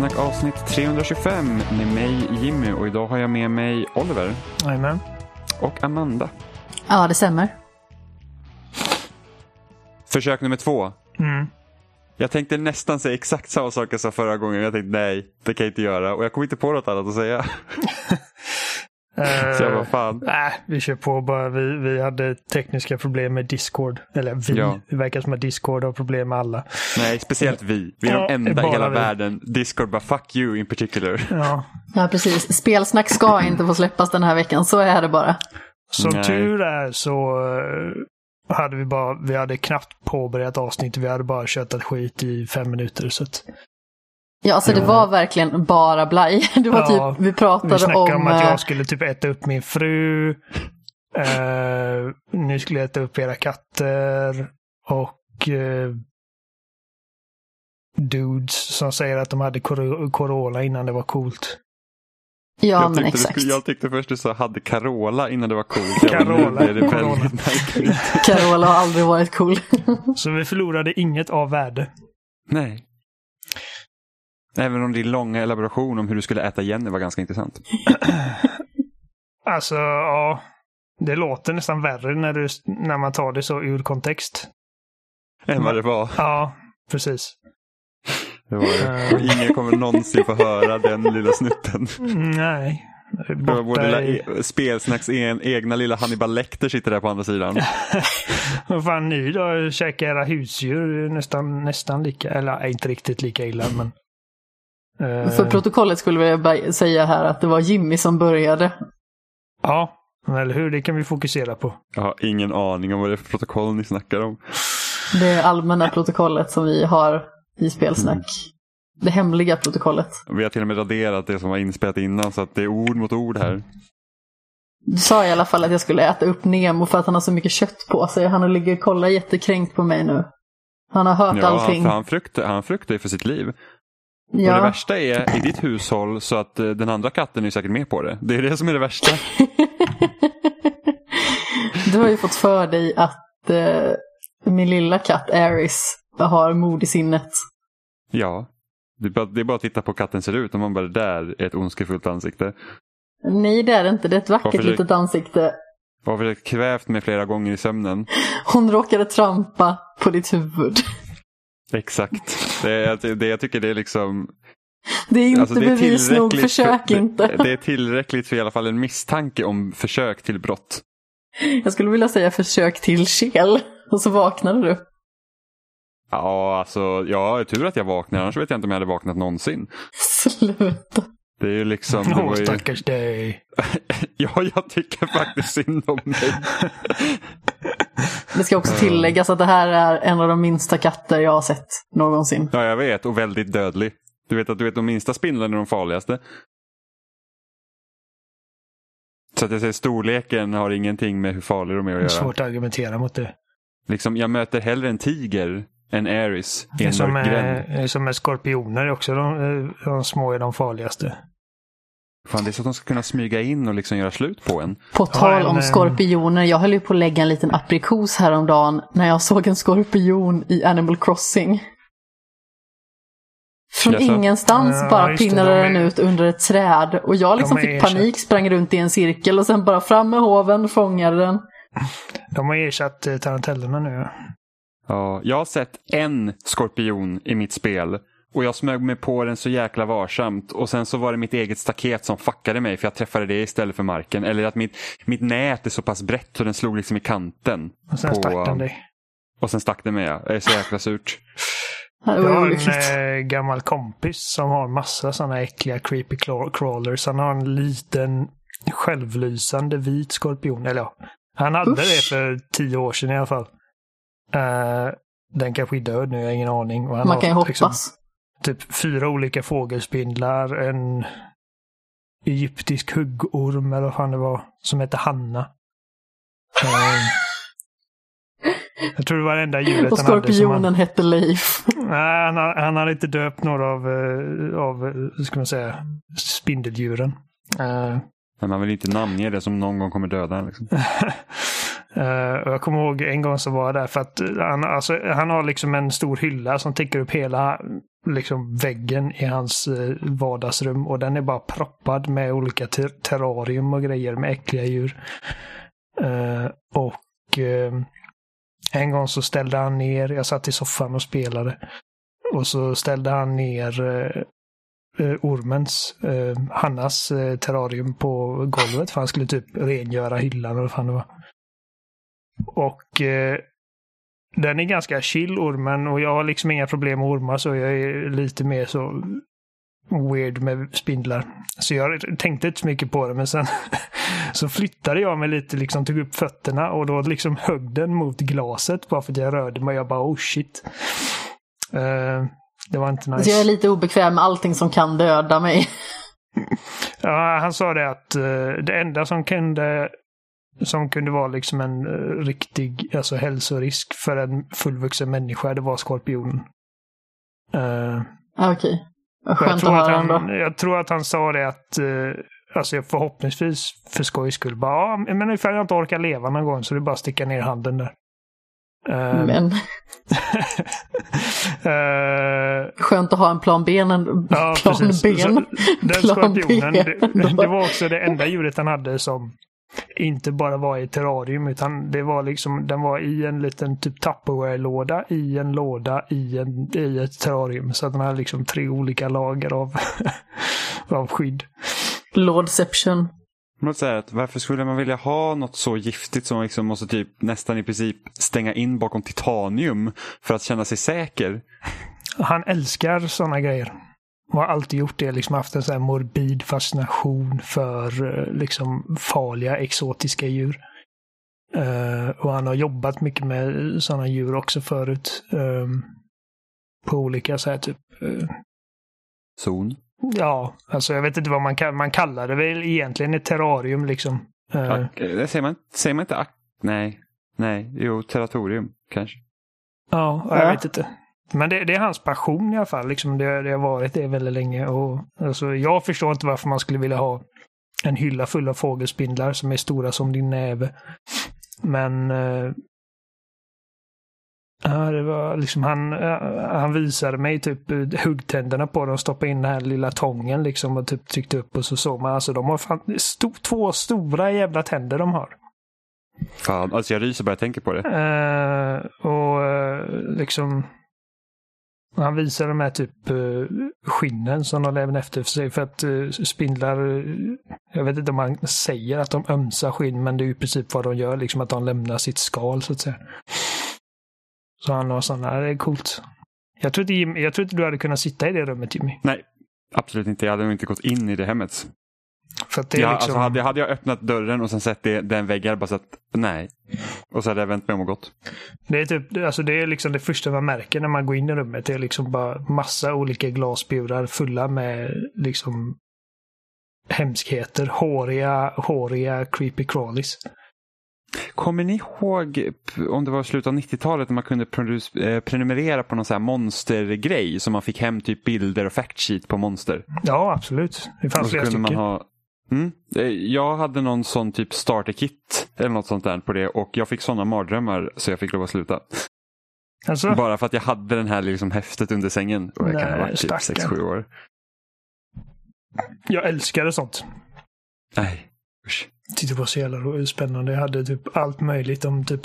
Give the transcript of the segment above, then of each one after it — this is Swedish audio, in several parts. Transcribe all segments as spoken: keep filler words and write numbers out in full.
Spelsnack avsnitt trehundratjugofem med mig Jimmy, och idag har jag med mig Oliver. Amen. Och Amanda. Ja, det stämmer. Försök nummer två. Mm. Jag tänkte nästan säga exakt samma sak jag sa förra gången. Jag tänkte nej, det kan jag inte göra. Och jag kom inte på något annat att säga. Så jag bara, fan. Nej, vi kör på bara. Vi, vi hade tekniska problem med Discord. Eller vi. Ja. Det verkar som att Discord har problem med alla. Nej, speciellt vi. Vi är Ja, de enda i hela vi. världen. Discord bara fuck you in particular. Ja. Ja, precis. Spelsnack ska inte få släppas den här veckan. Så är det bara. Som Nej. tur är så uh, hade vi bara, vi hade knappt påbörjat avsnitt. Vi hade bara kört ett skit i fem minuter. Så att, Ja, alltså det var verkligen bara blaj. Det var Ja, typ, vi pratade vi snackade om, om... att eh, jag skulle typ äta upp min fru. Uh, nu skulle jag äta upp era katter. Och uh, dudes som säger att de hade kor- corona innan det var coolt. Ja, jag, men tyckte exakt. du, jag tyckte först du sa hade Carola innan det var coolt. Carola, Det är det Corona. väldigt märkligt. Carola har aldrig varit cool. Så vi förlorade inget av värde. Nej. Även om din långa elaboration om hur du skulle äta Jenny var ganska intressant. Alltså, ja. Det låter nästan värre när, du, när man tar det så ur kontext. Än vad det var. Ja, precis. Det var det. Och ingen kommer någonsin få höra den lilla snutten. Nej. Det var vår Borta lilla i... e- spelsnacks en, egna lilla Hannibal Lecter sitter där på andra sidan. Vad fan ni då? Käka era husdjur nästan, nästan lika. Eller inte riktigt lika illa, men... Uh... För protokollet skulle jag bara säga här att det var Jimmy som började. Ja, eller hur? Det kan vi fokusera på. Jag har ingen aning om vad det är för protokoll ni snackar om. Det är allmänna protokollet som vi har i Spelsnack. Mm. Det hemliga protokollet. Vi har till och med raderat det som var inspelat innan, så att det är ord mot ord här. Du sa i alla fall att jag skulle äta upp Nemo för att han har så mycket kött på sig. Han ligger och kollar jättekränkt på mig nu. Han har hört ja, allting. Han, han, fruktar, han fruktar ju för sitt liv. Ja. Och det värsta är i ditt hushåll så att den andra katten är säkert med på det. Det är det som är det värsta. Du har ju fått för dig att eh, min lilla katt Aris har mod i sinnet. Ja, det är, bara, det är bara att titta på katten ser ut. Om man bara där är ett ondskefullt ansikte. Nej, det är det inte. Det är ett vackert Varför litet ansikte. Jag har försökt kvävt mig flera gånger i sömnen. Hon råkade trampa på ditt huvud. Exakt. Det, är, det, jag tycker det är liksom... Det är inte alltså, det är bevis nog, försök för, inte. Det, det är tillräckligt för i alla fall en misstanke om försök till brott. Jag skulle vilja säga försök till kel. Och så vaknade du. Ja, alltså, ja, det är tur att jag vaknade. Annars vet jag inte om jag hade vaknat någonsin. Sluta. Det är ju liksom... Det Åh, var ju... stackars dig. Ja, jag tycker faktiskt synd om mig. Det ska också tilläggas att det här är en av de minsta katter jag har sett någonsin. Ja, jag vet. Och väldigt dödlig. Du vet att du vet de minsta spindlarna är de farligaste. Så att jag säger storleken har ingenting med hur farlig de är att Det är göra. svårt att argumentera mot det. Liksom, jag möter hellre en tiger än Ares i Det är en som, mörk gränd. är, som är skorpioner också. De, de små är de farligaste. Fan, det är så att de ska kunna smyga in och liksom göra slut på en. På tal en, om en... skorpioner, jag höll ju på att lägga en liten aprikos häromdagen när jag såg en skorpion i Animal Crossing. Från Jaså? ingenstans Ja, bara just det, pinnade de är- den ut under ett träd. Och jag liksom de är fick panik, sprang runt i en cirkel och sen bara fram med hoven, fångade den. De har ersatt eh, tarantellerna nu. Ja, jag har sett en skorpion i mitt spel. Och jag smög mig på den så jäkla varsamt. Och sen så var det mitt eget staket som fuckade mig. För jag träffade det istället för marken. Eller att mitt, mitt nät är så pass brett så den slog liksom i kanten. Och sen på, stack den dig. Och sen stack det med, ja. Det är så jäkla surt. Det Jag var har olyckligt. en äh, gammal kompis som har massa sådana äckliga creepy crawlers. Han har en liten självlysande vit skorpion. Eller ja, han hade Usch. det för tio år sedan i alla fall. Uh, den kanske är död nu, jag har ingen aning. Och han Man har kan ju liksom hoppas. typ fyra olika fågelspindlar, en egyptisk huggorm eller vad fan det var, som heter Hanna. Uh, jag tror det var det enda djuret Och han hade som skorpionen han... hette Leif. Nej, han, har- han hade inte döpt några av, eh, av eh, hur ska man säga, spindeldjuren. Uh, Men man vill inte namnge det som någon gång kommer döda. Liksom. uh, och jag kommer ihåg en gång så var jag där för att han, alltså, han har liksom en stor hylla som täcker upp hela, liksom väggen i hans eh, vardagsrum. Och den är bara proppad med olika ter- terrarium och grejer med äckliga djur. Uh, och uh, en gång så ställde han ner, jag satt i soffan och spelade. Och så ställde han ner uh, uh, ormens, uh, Hannas uh, terrarium på golvet. För han skulle typ rengöra hyllan eller vad fan det var. Och uh, den är ganska chill, ormen. Och jag har liksom inga problem med ormar, så jag är lite mer så weird med spindlar. Så jag tänkte inte så mycket på det, men sen så flyttade jag mig lite, liksom tog upp fötterna och då liksom högg den mot glaset bara för att jag rörde mig. Jag bara, oh shit. Uh, det var inte nice. Så jag är lite obekväm med allting som kan döda mig. Ja, han sa det att uh, det enda som kunde som kunde vara liksom en uh, riktig alltså hälsorisk för en fullvuxen människa, det var skorpionen. Uh, Okej. Okay. Jag, jag, tror att han, jag tror att han sa det att uh, alltså förhoppningsvis för skojs skull bara, ja, men ifall jag inte orkar leva någon gång så det är bara att sticka ner handen där. Uh, men uh, skönt att ha en plan B. En ja, plan precis. B. Så, den plan skorpionen, B. Det, det var också det enda djuret han hade som inte bara var i terrarium, utan det var liksom, den var i en liten typ Tupperware-låda, i en låda, i, en, i ett terrarium. Så att den hade liksom tre olika lager av, av skydd. Lordception. Man säger att varför skulle man vilja ha något så giftigt som man liksom måste typ nästan i princip stänga in bakom titanium för att känna sig säker? Han älskar sådana grejer. Och har alltid gjort det, liksom haft en sån här morbid fascination för liksom farliga exotiska djur. Uh, och han har jobbat mycket med sådana djur också förut. Um, på olika så här typ... Uh, Zon? Ja, alltså jag vet inte vad man kan, man kallar det väl egentligen ett terrarium liksom. Uh, Ak- det säger man, säger man inte ak- nej, nej, jo, territorium kanske. Ja, jag ja. vet inte. Men det, det är hans passion i alla fall. Liksom det, det har varit det väldigt länge. Och, alltså, jag förstår inte varför man skulle vilja ha en hylla full av fågelspindlar som är stora som din näve. Men uh, ja, det var liksom han, uh, han visade mig typ uh, huggtänderna på dem, stoppa in den här lilla tången liksom och typ tryckte upp och så såg man. Alltså de har fan sto- två stora jävla tänder de har. Fan, alltså jag ryser bara jag tänker på det. Uh, och uh, liksom han visar de här typ uh, skinnen som de lämnar efter sig för att uh, spindlar, uh, jag vet inte om man säger att de ömsar skinn, men det är ju i princip vad de gör, liksom att de lämnar sitt skal så att säga. Så han har sådana, det är coolt. Jag tror, inte, jag tror inte du hade kunnat sitta i det rummet, Jimmy. Nej, absolut inte. Jag hade nog inte gått in i det hemmet. För att det är ja, liksom... alltså hade, hade jag öppnat dörren och sen sett det, den väggen bara så att nej. Och så hade jag vänt mig om och gått. Det är typ, alltså det är liksom det första man märker när man går in i rummet. Det är liksom bara massa olika glasburar fulla med liksom hemskheter. Håriga, håriga creepy crawlies. Kommer ni ihåg om det var slutet av nittiotalet när man kunde produce, prenumerera på någon sån här monstergrej som man fick hem typ bilder och factsheet på monster? Ja, absolut. Det fanns flera stycken. Man ha, mm, jag hade någon sån typ starterkit eller något sånt där på det och jag fick såna mardrömmar så jag fick lov att sluta. Alltså? Bara för att jag hade den här liksom häftet under sängen och jag Nej, kan ha varit typ sex sju år. Jag älskade sånt. Nej, usch. Det var så jävla spännande. Jag hade typ allt möjligt om typ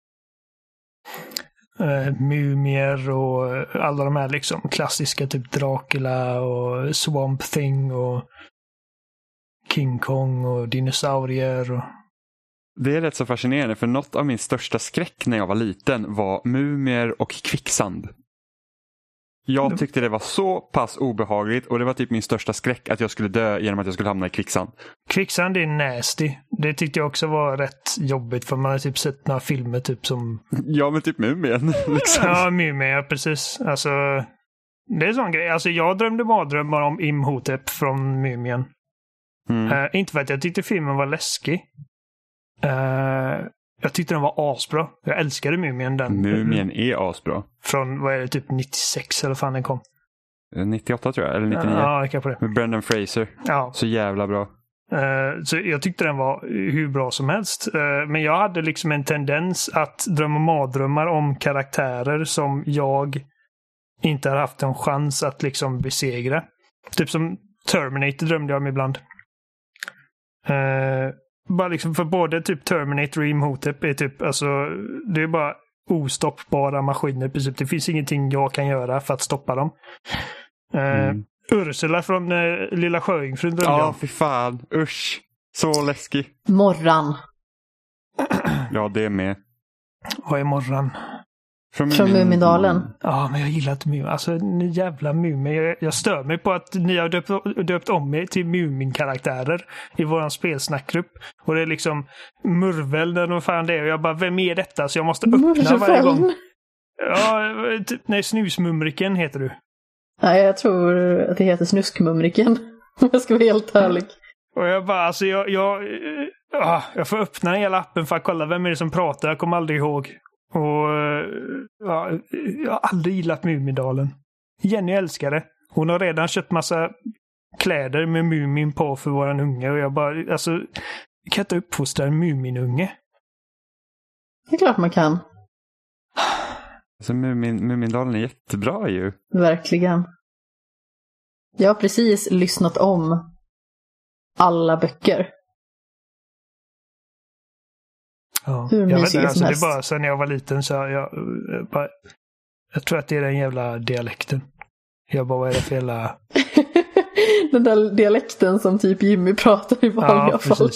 äh, mumier och alla de här liksom klassiska typ Dracula och Swamp Thing och King Kong och dinosaurier. Och... Det är rätt så fascinerande för något av min största skräck när jag var liten var mumier och kvicksand. Jag tyckte det var så pass obehagligt och det var typ min största skräck att jag skulle dö genom att jag skulle hamna i kvicksand. Kvicksand är nasty. Det tyckte jag också var rätt jobbigt för man har typ sett några filmer typ som... Ja, men typ mumien. Liksom. Ja, mumien, precis. Alltså, det är en sån grej. Alltså, jag drömde mardrömmar om Imhotep från mumien. Mm. Uh, inte för att jag tyckte filmen var läskig. Uh, Jag tyckte den var asbra. Jag älskade Mumien. Den. Mumien är asbra. Från, vad är det, typ nittiosex eller fan den kom? nittioåtta tror jag, eller nittionio. Ja, jag kan på det. Med Brendan Fraser. Ja. Så jävla bra. Uh, så jag tyckte den var hur bra som helst. Uh, men jag hade liksom en tendens att drömma mardrömmar om karaktärer som jag inte har haft en chans att liksom besegra. Typ som Terminator drömde jag om ibland. Uh, bara liksom för både typ Terminator och Imhotep är typ, alltså det är bara ostoppbara maskiner precis. Det finns ingenting jag kan göra för att stoppa dem. Uh, mm. Ursula från uh, Lilla Sjöjungfrun drömde jag om. Ja, fy fan. Usch. Så läskig. Morran. Ja, det är med. Vad är Morran? Från, Från Mumindalen. Ja, men jag gillar inte Mumin. Alltså, ni jävla Mumin. Jag, jag stör mig på att ni har döpt, döpt om mig till Mumin-karaktärer i våran spelsnackgrupp. Och det är liksom Murvel eller vad fan det är. Och jag bara, vem är detta? Så jag måste öppna Murvel. Varje gång. Ja, typ, nej, Snusmumriken heter du. Nej, jag tror att det heter Snuskmumriken. Jag ska vara helt ärlig. Och jag bara, alltså jag, jag, jag, jag får öppna hela appen för att kolla vem är det som pratar. Jag kommer aldrig ihåg. Och ja, jag har aldrig gillat Mumindalen. Jenny älskar det. Hon har redan köpt massa kläder med Mumin på för våran unge. Och jag bara, alltså, jag kan inte uppfostra en Muminunge. Det är klart man kan. Alltså Mumin, Mumindalen är jättebra ju. Verkligen. Jag har precis lyssnat om alla böcker. Ja. Hur jag vet inte, alltså, det är bara sen jag var liten så jag, jag, bara, jag tror att det är den jävla dialekten. Jag bara, vad är det för jävla... Den där dialekten som typ Jimmy pratar i vanliga ja, fall.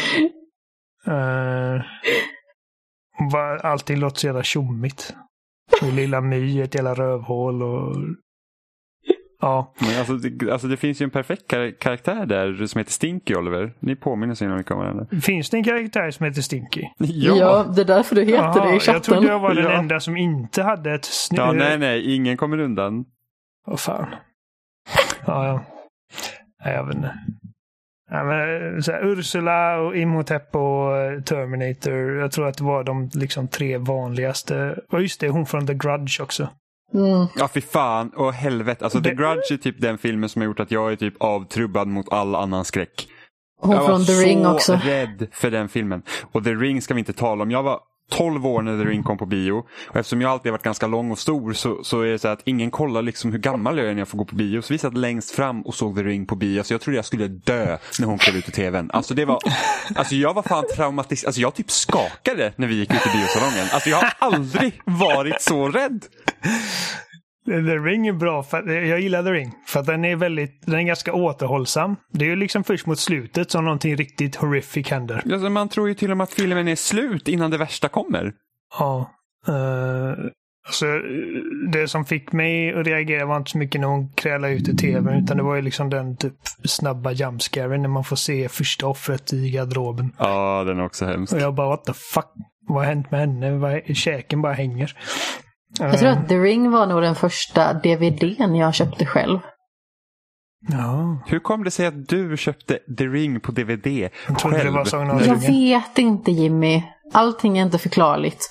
uh, bara, allting låter så jävla tjommigt. Och lilla My, ett jävla rövhål och... Ja. Men alltså, det, alltså det finns ju en perfekt kar- karaktär där som heter Stinky, Oliver. Ni påminner sig när ni kommer varandra. Finns det en karaktär som heter Stinky? Ja, ja det är därför du heter Aha, det i chatten. Jag trodde jag var den ja. enda som inte hade ett snö. Ja, nej, nej. Ingen kommer undan. Åh fan. Ja, ja. Nej, jag vet inte. Ja, men, så här, Ursula och Imhotep och Terminator. Jag tror att det var de liksom tre vanligaste. Och just det, hon från The Grudge också. Mm. Ja, fy fan. Och helvete. Alltså, det... The Grudge är typ den filmen som har gjort att jag är typ avtrubbad mot all annan skräck. Hon jag från The Ring också. Jag var så rädd för den filmen. Och The Ring ska vi inte tala om. Jag var tolv år när The Ring kom på bio. Och eftersom jag alltid har varit ganska lång och stor så, så är det så att ingen kollar liksom hur gammal jag är när jag får gå på bio. Så vi satt längst fram och såg The Ring på bio. Så jag trodde jag skulle dö när hon klev ut ur tvn. Alltså det var... Alltså jag var fan traumatiserad. Alltså jag typ skakade när vi gick ut i biosalongen. Alltså jag har aldrig varit så rädd. The Ring är bra, för jag gillar The Ring för att den är väldigt, den är ganska återhållsam. Det är ju liksom först mot slutet som någonting riktigt horrific händer. Alltså man tror ju till och med att filmen är slut innan det värsta kommer. Ja. Uh, alltså, det som fick mig att reagera var inte så mycket när hon krälade ut i tvn, utan det var ju liksom den typ snabba jumpscaren när man får se första offret i garderoben. Ja, den är också hemskt. Och jag bara, what the fuck? Vad har hänt med henne? Käken bara hänger. Jag tror att The Ring var nog den första D V D:n jag köpte själv. Ja. Hur kom det sig att du köpte The Ring på D V D jag trodde själv? Det var Sagan om jag vet inte, Jimmy. Allting är inte förklarligt.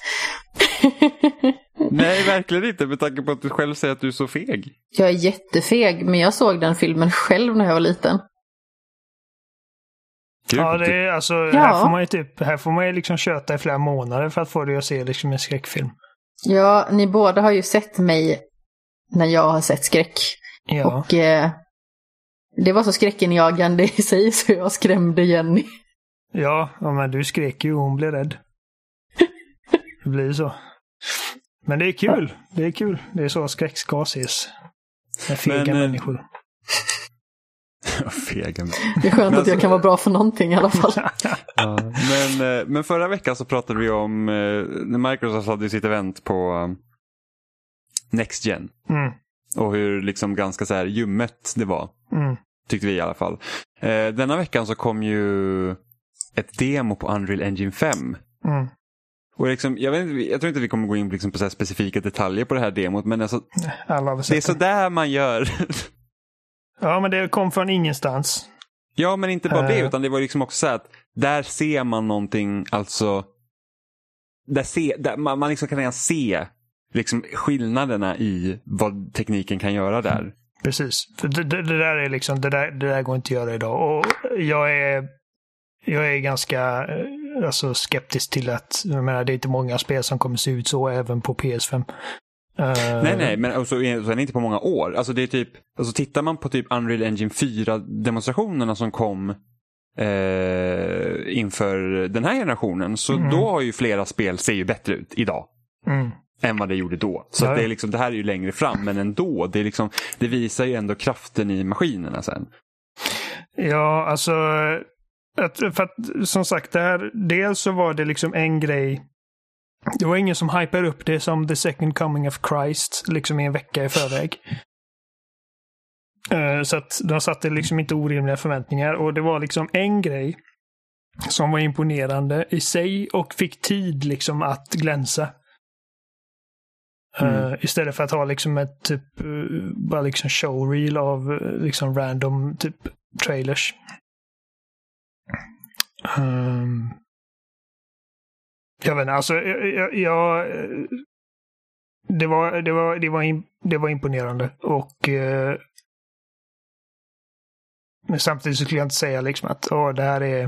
Nej, verkligen inte. Med tanke på att du själv säger att du är så feg. Jag är jättefeg, men jag såg den filmen själv när jag var liten. Gud, ja, det är alltså... Ja. Här får man ju typ... Här får man ju liksom köta i flera månader för att få det att se liksom en skräckfilm. Ja, ni båda har ju sett mig när jag har sett skräck. Ja. Och eh, det var så skräckenjagande i sig så jag skrämde Jenny. Ja, men du skrek ju och hon blev rädd. Det blir så. Men det är kul. Det är kul. Det är så skräck ska ses. Med fega men, människor. Fega. Det är skönt men att jag kan vara bra för någonting i alla fall. Ja, men, men förra veckan så pratade vi om när Microsoft hade sitt event på Next Gen. Mm. Och hur liksom ganska så här ljummet det var. Mm. Tyckte vi i alla fall. Denna veckan så kom ju ett demo på Unreal Engine fem. Mm. Och liksom, jag, vet inte, jag tror inte vi kommer gå in liksom på så här specifika detaljer på det här demot. Men alltså, det är så där man gör. Ja, men det kom från ingenstans. Ja, men inte bara uh. det, utan det var liksom också så att där ser man någonting, alltså där, se, där man, man liksom kan redan se liksom skillnaderna i vad tekniken kan göra där. Precis, för det, det, det där är liksom, det där, det där går inte att göra idag. Och jag är jag är ganska alltså, skeptisk till att, jag menar, det är inte många spel som kommer se ut så även på P S fem. Uh... Nej, nej, men alltså, så är det inte på många år. Alltså det är typ, alltså tittar man på typ Unreal Engine fyra-demonstrationerna som kom eh, inför den här generationen, så mm. då har ju flera spel ser ju bättre ut idag. Mm. Än vad det gjorde då. Så att det, är liksom, det här är ju längre fram, men ändå, det, är liksom, det visar ju ändå kraften i maskinerna sen. Ja, alltså att, för att, som sagt, det här, dels så var det liksom en grej. Det var ingen som hypade upp det som The Second Coming of Christ liksom i en vecka i förväg. Uh, så att de satte liksom inte orimliga förväntningar, och det var liksom en grej som var imponerande i sig och fick tid liksom att glänsa. Mm. Uh, istället för att ha liksom ett typ uh, bara liksom showreel av uh, liksom random typ trailers. Um, jag vet inte, alltså jag, jag, jag det var det var det var in, det var imponerande, och uh, men samtidigt så skulle jag inte säga liksom att åh, det här är.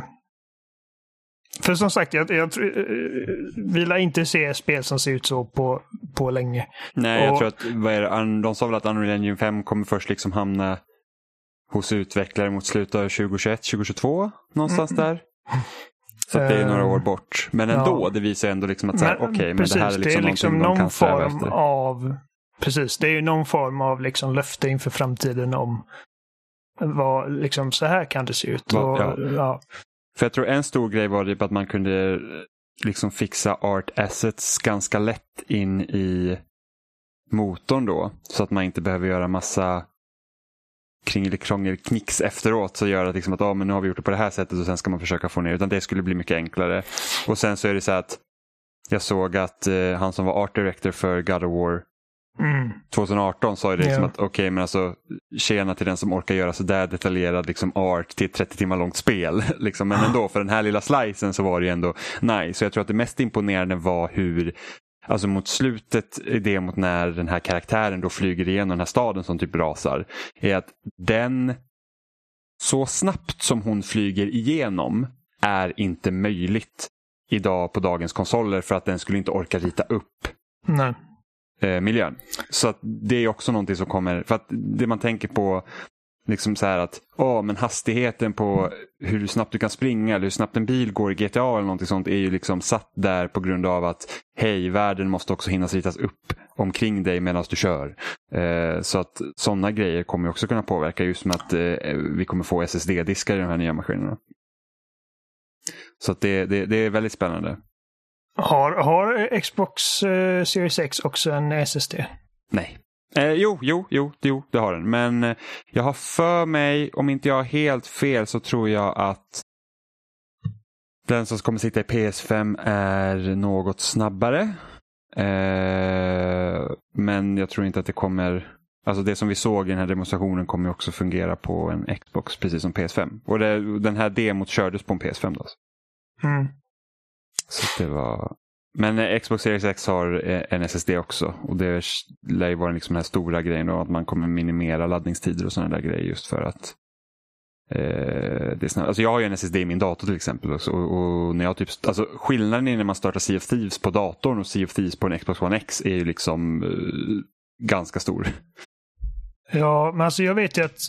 För som sagt, jag, jag vill inte se spel som ser ut så på, på länge. Nej, och jag tror att vad är det, de sa väl att Unreal Engine fem kommer först liksom hamna hos utvecklare mot slutet av tjugohundratjugoett tjugohundratjugotvå, någonstans mm. där. Så att det är några år bort. Men ändå, ja. Det visar ändå liksom att okej, okay, men det här är liksom, det är liksom någonting någon de kan sträva efter. Av, precis, det är ju någon form av liksom löfte inför framtiden om vad liksom så här kan det se ut. Va, och, ja. Ja. För jag tror en stor grej var typ att man kunde liksom fixa art assets ganska lätt in i motorn då. Så att man inte behöver göra massa kringelikrångel knicks efteråt. Så gör att liksom att ah, men nu har vi gjort det på det här sättet och sen ska man försöka få ner. Utan det skulle bli mycket enklare. Och sen så är det så att jag såg att eh, han som var art director för God of War Mm. tjugoarton sa ju det liksom yeah. att okej, okay, men alltså tjäna till den som orkar göra så där detaljerad liksom art till ett trettio timmar långt spel liksom, men ändå för den här lilla slicen så var det ju ändå nice. Så jag tror att det mest imponerande var hur, alltså mot slutet i det mot när den här karaktären då flyger igenom den här staden som typ rasar, är att den så snabbt som hon flyger igenom är inte möjligt idag på dagens konsoler, för att den skulle inte orka rita upp Nej. miljön. Så att det är också någonting som kommer, för att det man tänker på liksom så här att åh, men hastigheten på hur snabbt du kan springa eller hur snabbt en bil går i G T A eller någonting sånt är ju liksom satt där på grund av att hej, världen måste också hinna ritas upp omkring dig medan du kör. Eh, så att sådana grejer kommer också kunna påverka, just med att eh, vi kommer få S S D-diskar i de här nya maskinerna. Så att det, det, det är väldigt spännande. Har, har Xbox uh, Series X också en S S D? Nej. Eh, jo, jo, jo, jo, det har den. Men eh, jag har för mig, om inte jag har helt fel, så tror jag att den som kommer sitta i P S fem är något snabbare. Eh, men jag tror inte att det kommer... Alltså det som vi såg i den här demonstrationen kommer också fungera på en Xbox, precis som P S fem. Och det, den här demot kördes på en P S fem då. Mm. Så det var... Men Xbox Series X har en S S D också. Och det lär ju vara liksom den här stora grejen då, att man kommer minimera laddningstider och sådana där grejer, just för att eh, det är snabbt. Alltså jag har ju en S S D i min dator till exempel också, och, och när jag typ, alltså skillnaden är när man startar Sea of Thieves på datorn och Sea of Thieves på en Xbox One X är ju liksom eh, ganska stor. Ja, men alltså jag vet ju att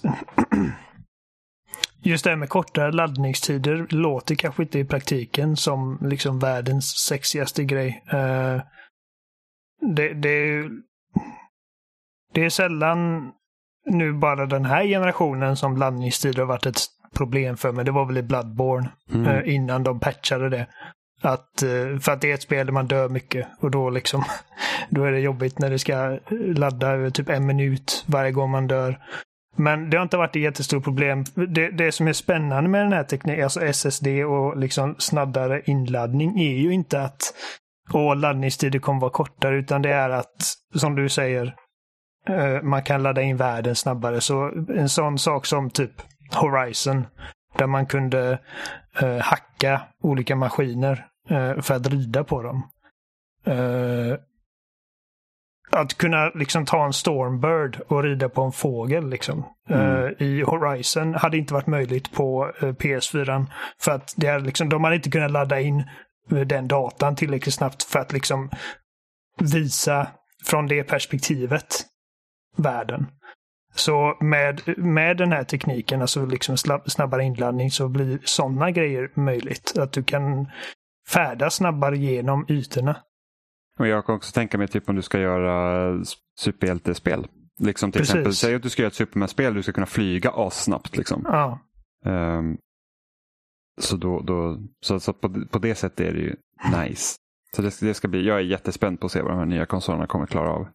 just det här med kortare laddningstider låter kanske inte i praktiken som liksom världens sexigaste grej. Uh, det, det, det är sällan nu bara den här generationen som laddningstider har varit ett problem för mig. Det var väl i Bloodborne mm. uh, innan de patchade det. Att, uh, för att det är ett spel där man dör mycket, och då liksom då är det jobbigt när det ska ladda över typ en minut varje gång man dör. Men det har inte varit ett jättestort problem. Det, det som är spännande med den här tekniken, alltså S S D och liksom snabbare inladdning, är ju inte att och laddningstider kommer vara kortare, utan det är att, som du säger, eh, man kan ladda in världen snabbare. Så en sån sak som typ Horizon, där man kunde eh, hacka olika maskiner eh, för att rida på dem. Eh, Att kunna liksom ta en Stormbird och rida på en fågel liksom. Mm. Uh, i Horizon hade inte varit möjligt på uh, P S fyra, för att det är liksom, de hade inte kunnat ladda in uh, den datan tillräckligt snabbt för att liksom visa från det perspektivet världen. Så med, med den här tekniken, alltså liksom snabbare inladdning, så blir sådana grejer möjligt. Att du kan färdas snabbare genom ytorna. Och jag kan också tänka mig typ om du ska göra superhjältespel. Liksom till Precis. exempel, säg att du ska göra ett Superman-spel, du ska kunna flyga assnabbt liksom. Ja. Um, så då, då så, så på, på det sättet är det ju nice. Så det, det ska bli, jag är jättespänd på att se vad de här nya konsolerna kommer klara av.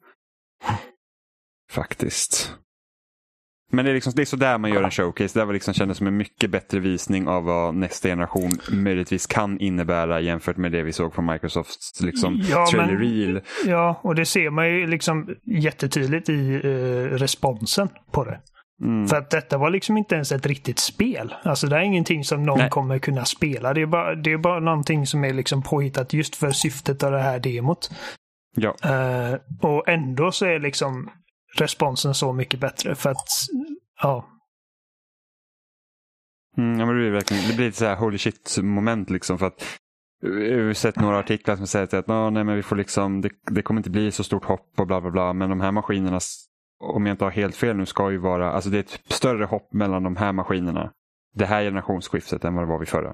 Faktiskt. Men det är, liksom, det är så där man gör en showcase. Det var liksom kändes som en mycket bättre visning av vad nästa generation möjligtvis kan innebära jämfört med det vi såg från Microsofts liksom, ja, trailer men, reel. Ja, och det ser man ju liksom jättetydligt i eh, responsen på det. Mm. För att detta var liksom inte ens ett riktigt spel. Alltså det är ingenting som någon Nej. kommer kunna spela. Det är, bara, det är bara någonting som är liksom påhittat just för syftet av det här demot. Ja. Uh, och ändå så är liksom responsen så mycket bättre. För att, ja. Mm, ja men det blir verkligen, det blir ett så här holy shit moment liksom. För att jag har sett några artiklar som säger att oh, nej, men vi får liksom, det, det kommer inte bli så stort hopp och bla bla bla. Men de här maskinerna, om jag inte har helt fel nu, ska ju vara, alltså det är ett större hopp mellan de här maskinerna, det här generationsskiftet, än vad det var vid förra.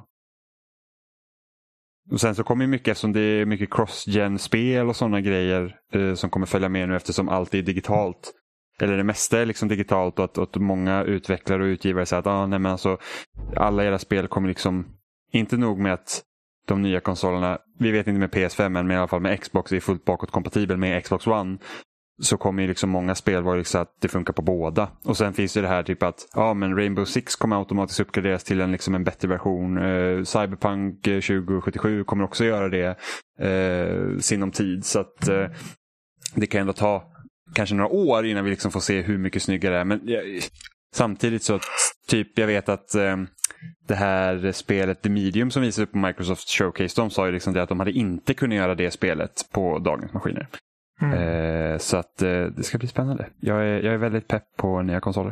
Och sen så kommer ju mycket, eftersom det är mycket cross-gen-spel och sådana grejer eh, som kommer följa med nu, eftersom allt är digitalt, eller det mesta är liksom digitalt, och att, att många utvecklare och utgivare säger att ah, nej, men alltså, alla era spel kommer liksom, inte nog med att de nya konsolerna, vi vet inte med P S fem men i alla fall med Xbox är fullt bakåtkompatibel med Xbox One, så kommer ju liksom många spel vara liksom att det funkar på båda. Och sen finns ju det här typ att ja, men Rainbow Six kommer automatiskt uppgraderas till en, liksom en bättre version. Uh, Cyberpunk tjugo sjuttiosju kommer också göra det uh, sinom tid. Så att uh, det kan ändå ta kanske några år innan vi liksom får se hur mycket snyggare det är. Men uh, samtidigt så typ jag vet att uh, det här spelet The Medium som visade upp på Microsoft Showcase, de sa ju liksom det att de hade inte kunnat göra det spelet på dagens maskiner. Mm. Eh, så att eh, det ska bli spännande. Jag är, jag är väldigt pepp på nya konsoler.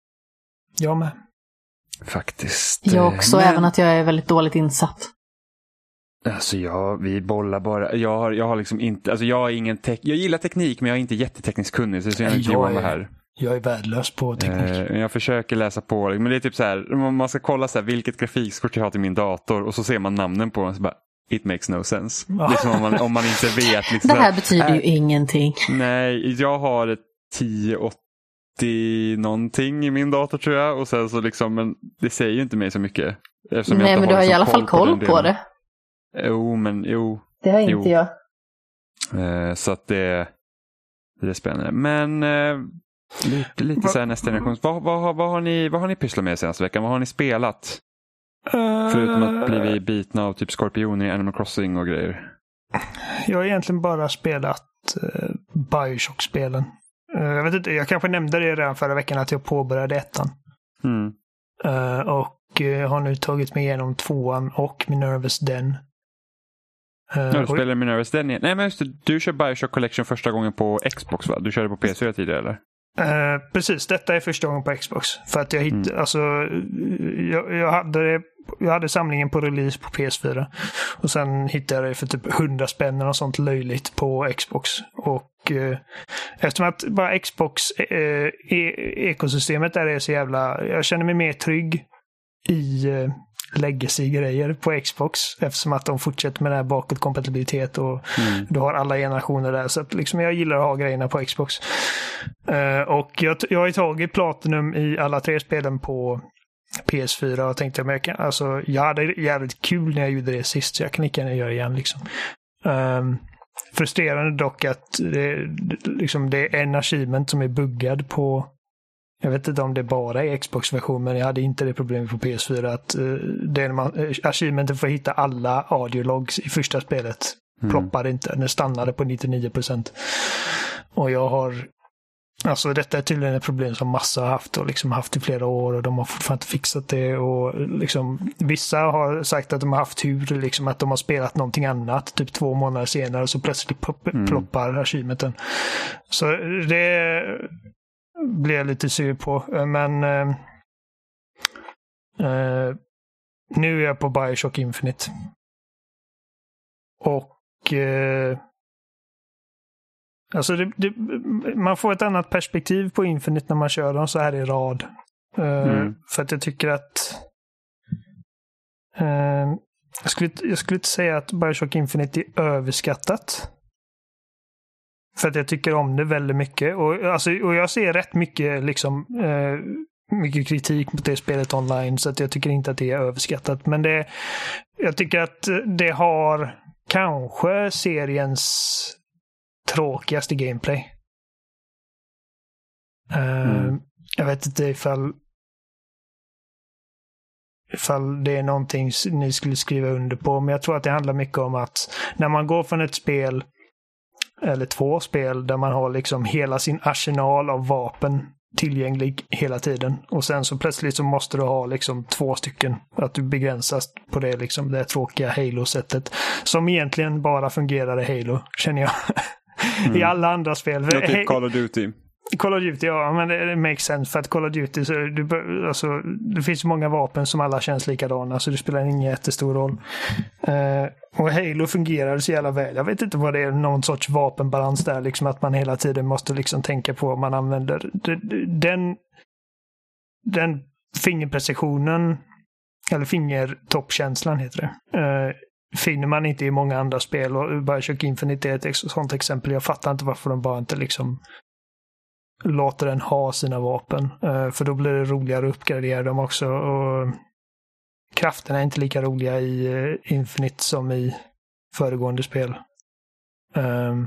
Jag med. Faktiskt. Jag också, men... även att jag är väldigt dåligt insatt. Alltså jag, vi bollar bara. Jag har, jag har liksom inte, alltså jag är ingen tek... jag gillar teknik, men jag är inte jättetekniskt kunnig, så jag är inte Johan här. Jag är värdelös på teknik. Eh, jag försöker läsa på, men det är typ så här, man ska kolla så här, vilket grafikkort jag har till min dator, och så ser man namnen på dem, så bara it makes no sense. Oh. Liksom om, man, om man inte vet. Liksom, det här betyder äh, ju ingenting. Nej, jag har ett tio åttio någonting i min dator tror jag. Och sen så liksom, men det säger ju inte mig så mycket. Nej, men har du har liksom i alla fall koll på, på det. Jo, men jo. Det har inte jo. jag. Eh, så att det, det är spännande. Men eh, lite, lite så här nästa generation. Vad, vad, vad, har ni, vad har ni pysslat med senaste veckan? Vad har ni spelat? Uh, Förutom att bli bitna av typ skorpioner i Animal Crossing och grejer. Jag har egentligen bara spelat uh, Bioshock-spelen. Uh, jag vet inte, jag kanske nämnde det redan förra veckan att jag påbörjade ettan. Mm. Uh, och uh, har nu tagit mig igenom tvåan och Minerva's Den. Uh, ja, du spelar Minerva's Den igen. Nej, men just det, du kör Bioshock Collection första gången på Xbox, va? Du körde på P S fyra tidigare, eller? Uh, precis, detta är första gången på Xbox. För att jag hittade, mm. alltså, jag, jag, hade det, jag hade samlingen på release på P S fyra. Och sen hittade jag det för typ hundra spänn och sånt löjligt på Xbox. Och uh, eftersom att bara Xbox uh, e- ekosystemet där är så jävla, jag känner mig mer trygg i uh, legacy-grejer på Xbox, eftersom att de fortsätter med den här bakåtkompatibilitet och mm. du har alla generationer där, så att liksom jag gillar att ha grejerna på Xbox. Uh, och jag, jag har ju tagit Platinum i alla tre spelen på P S fyra och tänkte jag, kan, alltså, jag hade jävligt kul när jag gjorde det sist, så jag kan lika gärna göra igen liksom. Um, frustrerande dock att det, liksom, det är en achievement som är buggad på, jag vet inte om det bara är Xbox-version, men jag hade inte det problemet på P S fyra att uh, det man, uh, achievementen för att hitta alla audiologs i första spelet mm. ploppade inte, den stannade på nittionio procent. Och jag har, alltså detta är tydligen ett problem som massa har haft och liksom haft i flera år, och de har fortfarande inte fixat det, och liksom vissa har sagt att de har haft tur, liksom att de har spelat någonting annat typ två månader senare, och så plötsligt pop- mm. ploppar achievementen. Så det blir jag lite sur på, men eh, eh, nu är jag på Bioshock Infinite. Och eh, Alltså det, det, man får ett annat perspektiv på Infinite när man kör dem så här i rad. Uh, mm. För att jag tycker att uh, jag, skulle, jag skulle inte säga att Bioshock Infinite är överskattat. För att jag tycker om det väldigt mycket. Och, alltså, och jag ser rätt mycket liksom uh, mycket kritik mot det spelet online, så att jag tycker inte att det är överskattat. Men det, jag tycker att det har kanske seriens tråkigaste gameplay. Uh, mm. Jag vet inte ifall ifall det är någonting ni skulle skriva under på, men jag tror att det handlar mycket om att när man går från ett spel eller två spel där man har liksom hela sin arsenal av vapen tillgänglig hela tiden, och sen så plötsligt så måste du ha liksom två stycken, att du begränsas på det liksom det tråkiga Halo-sättet som egentligen bara fungerar i Halo, känner jag. Mm. I alla andra spel. Ja, typ Call of Duty. Call of Duty, ja, men det, det makes sense, för att Call of Duty så du, alltså, det finns många vapen som alla känns likadana, så det spelar ingen jättestor roll. Uh, och Halo fungerar så jävla väl. Jag vet inte vad det är, någon sorts vapenbalans där, liksom att man hela tiden måste liksom tänka på vad man använder. Den, den fingerprecisionen, eller fingertoppkänslan heter det, uh, finner man inte i många andra spel, och Bioshock Infinite är ett sånt exempel. Jag fattar inte varför de bara inte liksom låter den ha sina vapen. Uh, för då blir det roligare att uppgradera dem också. Och krafterna är inte lika roliga i uh, Infinite som i föregående spel. Um.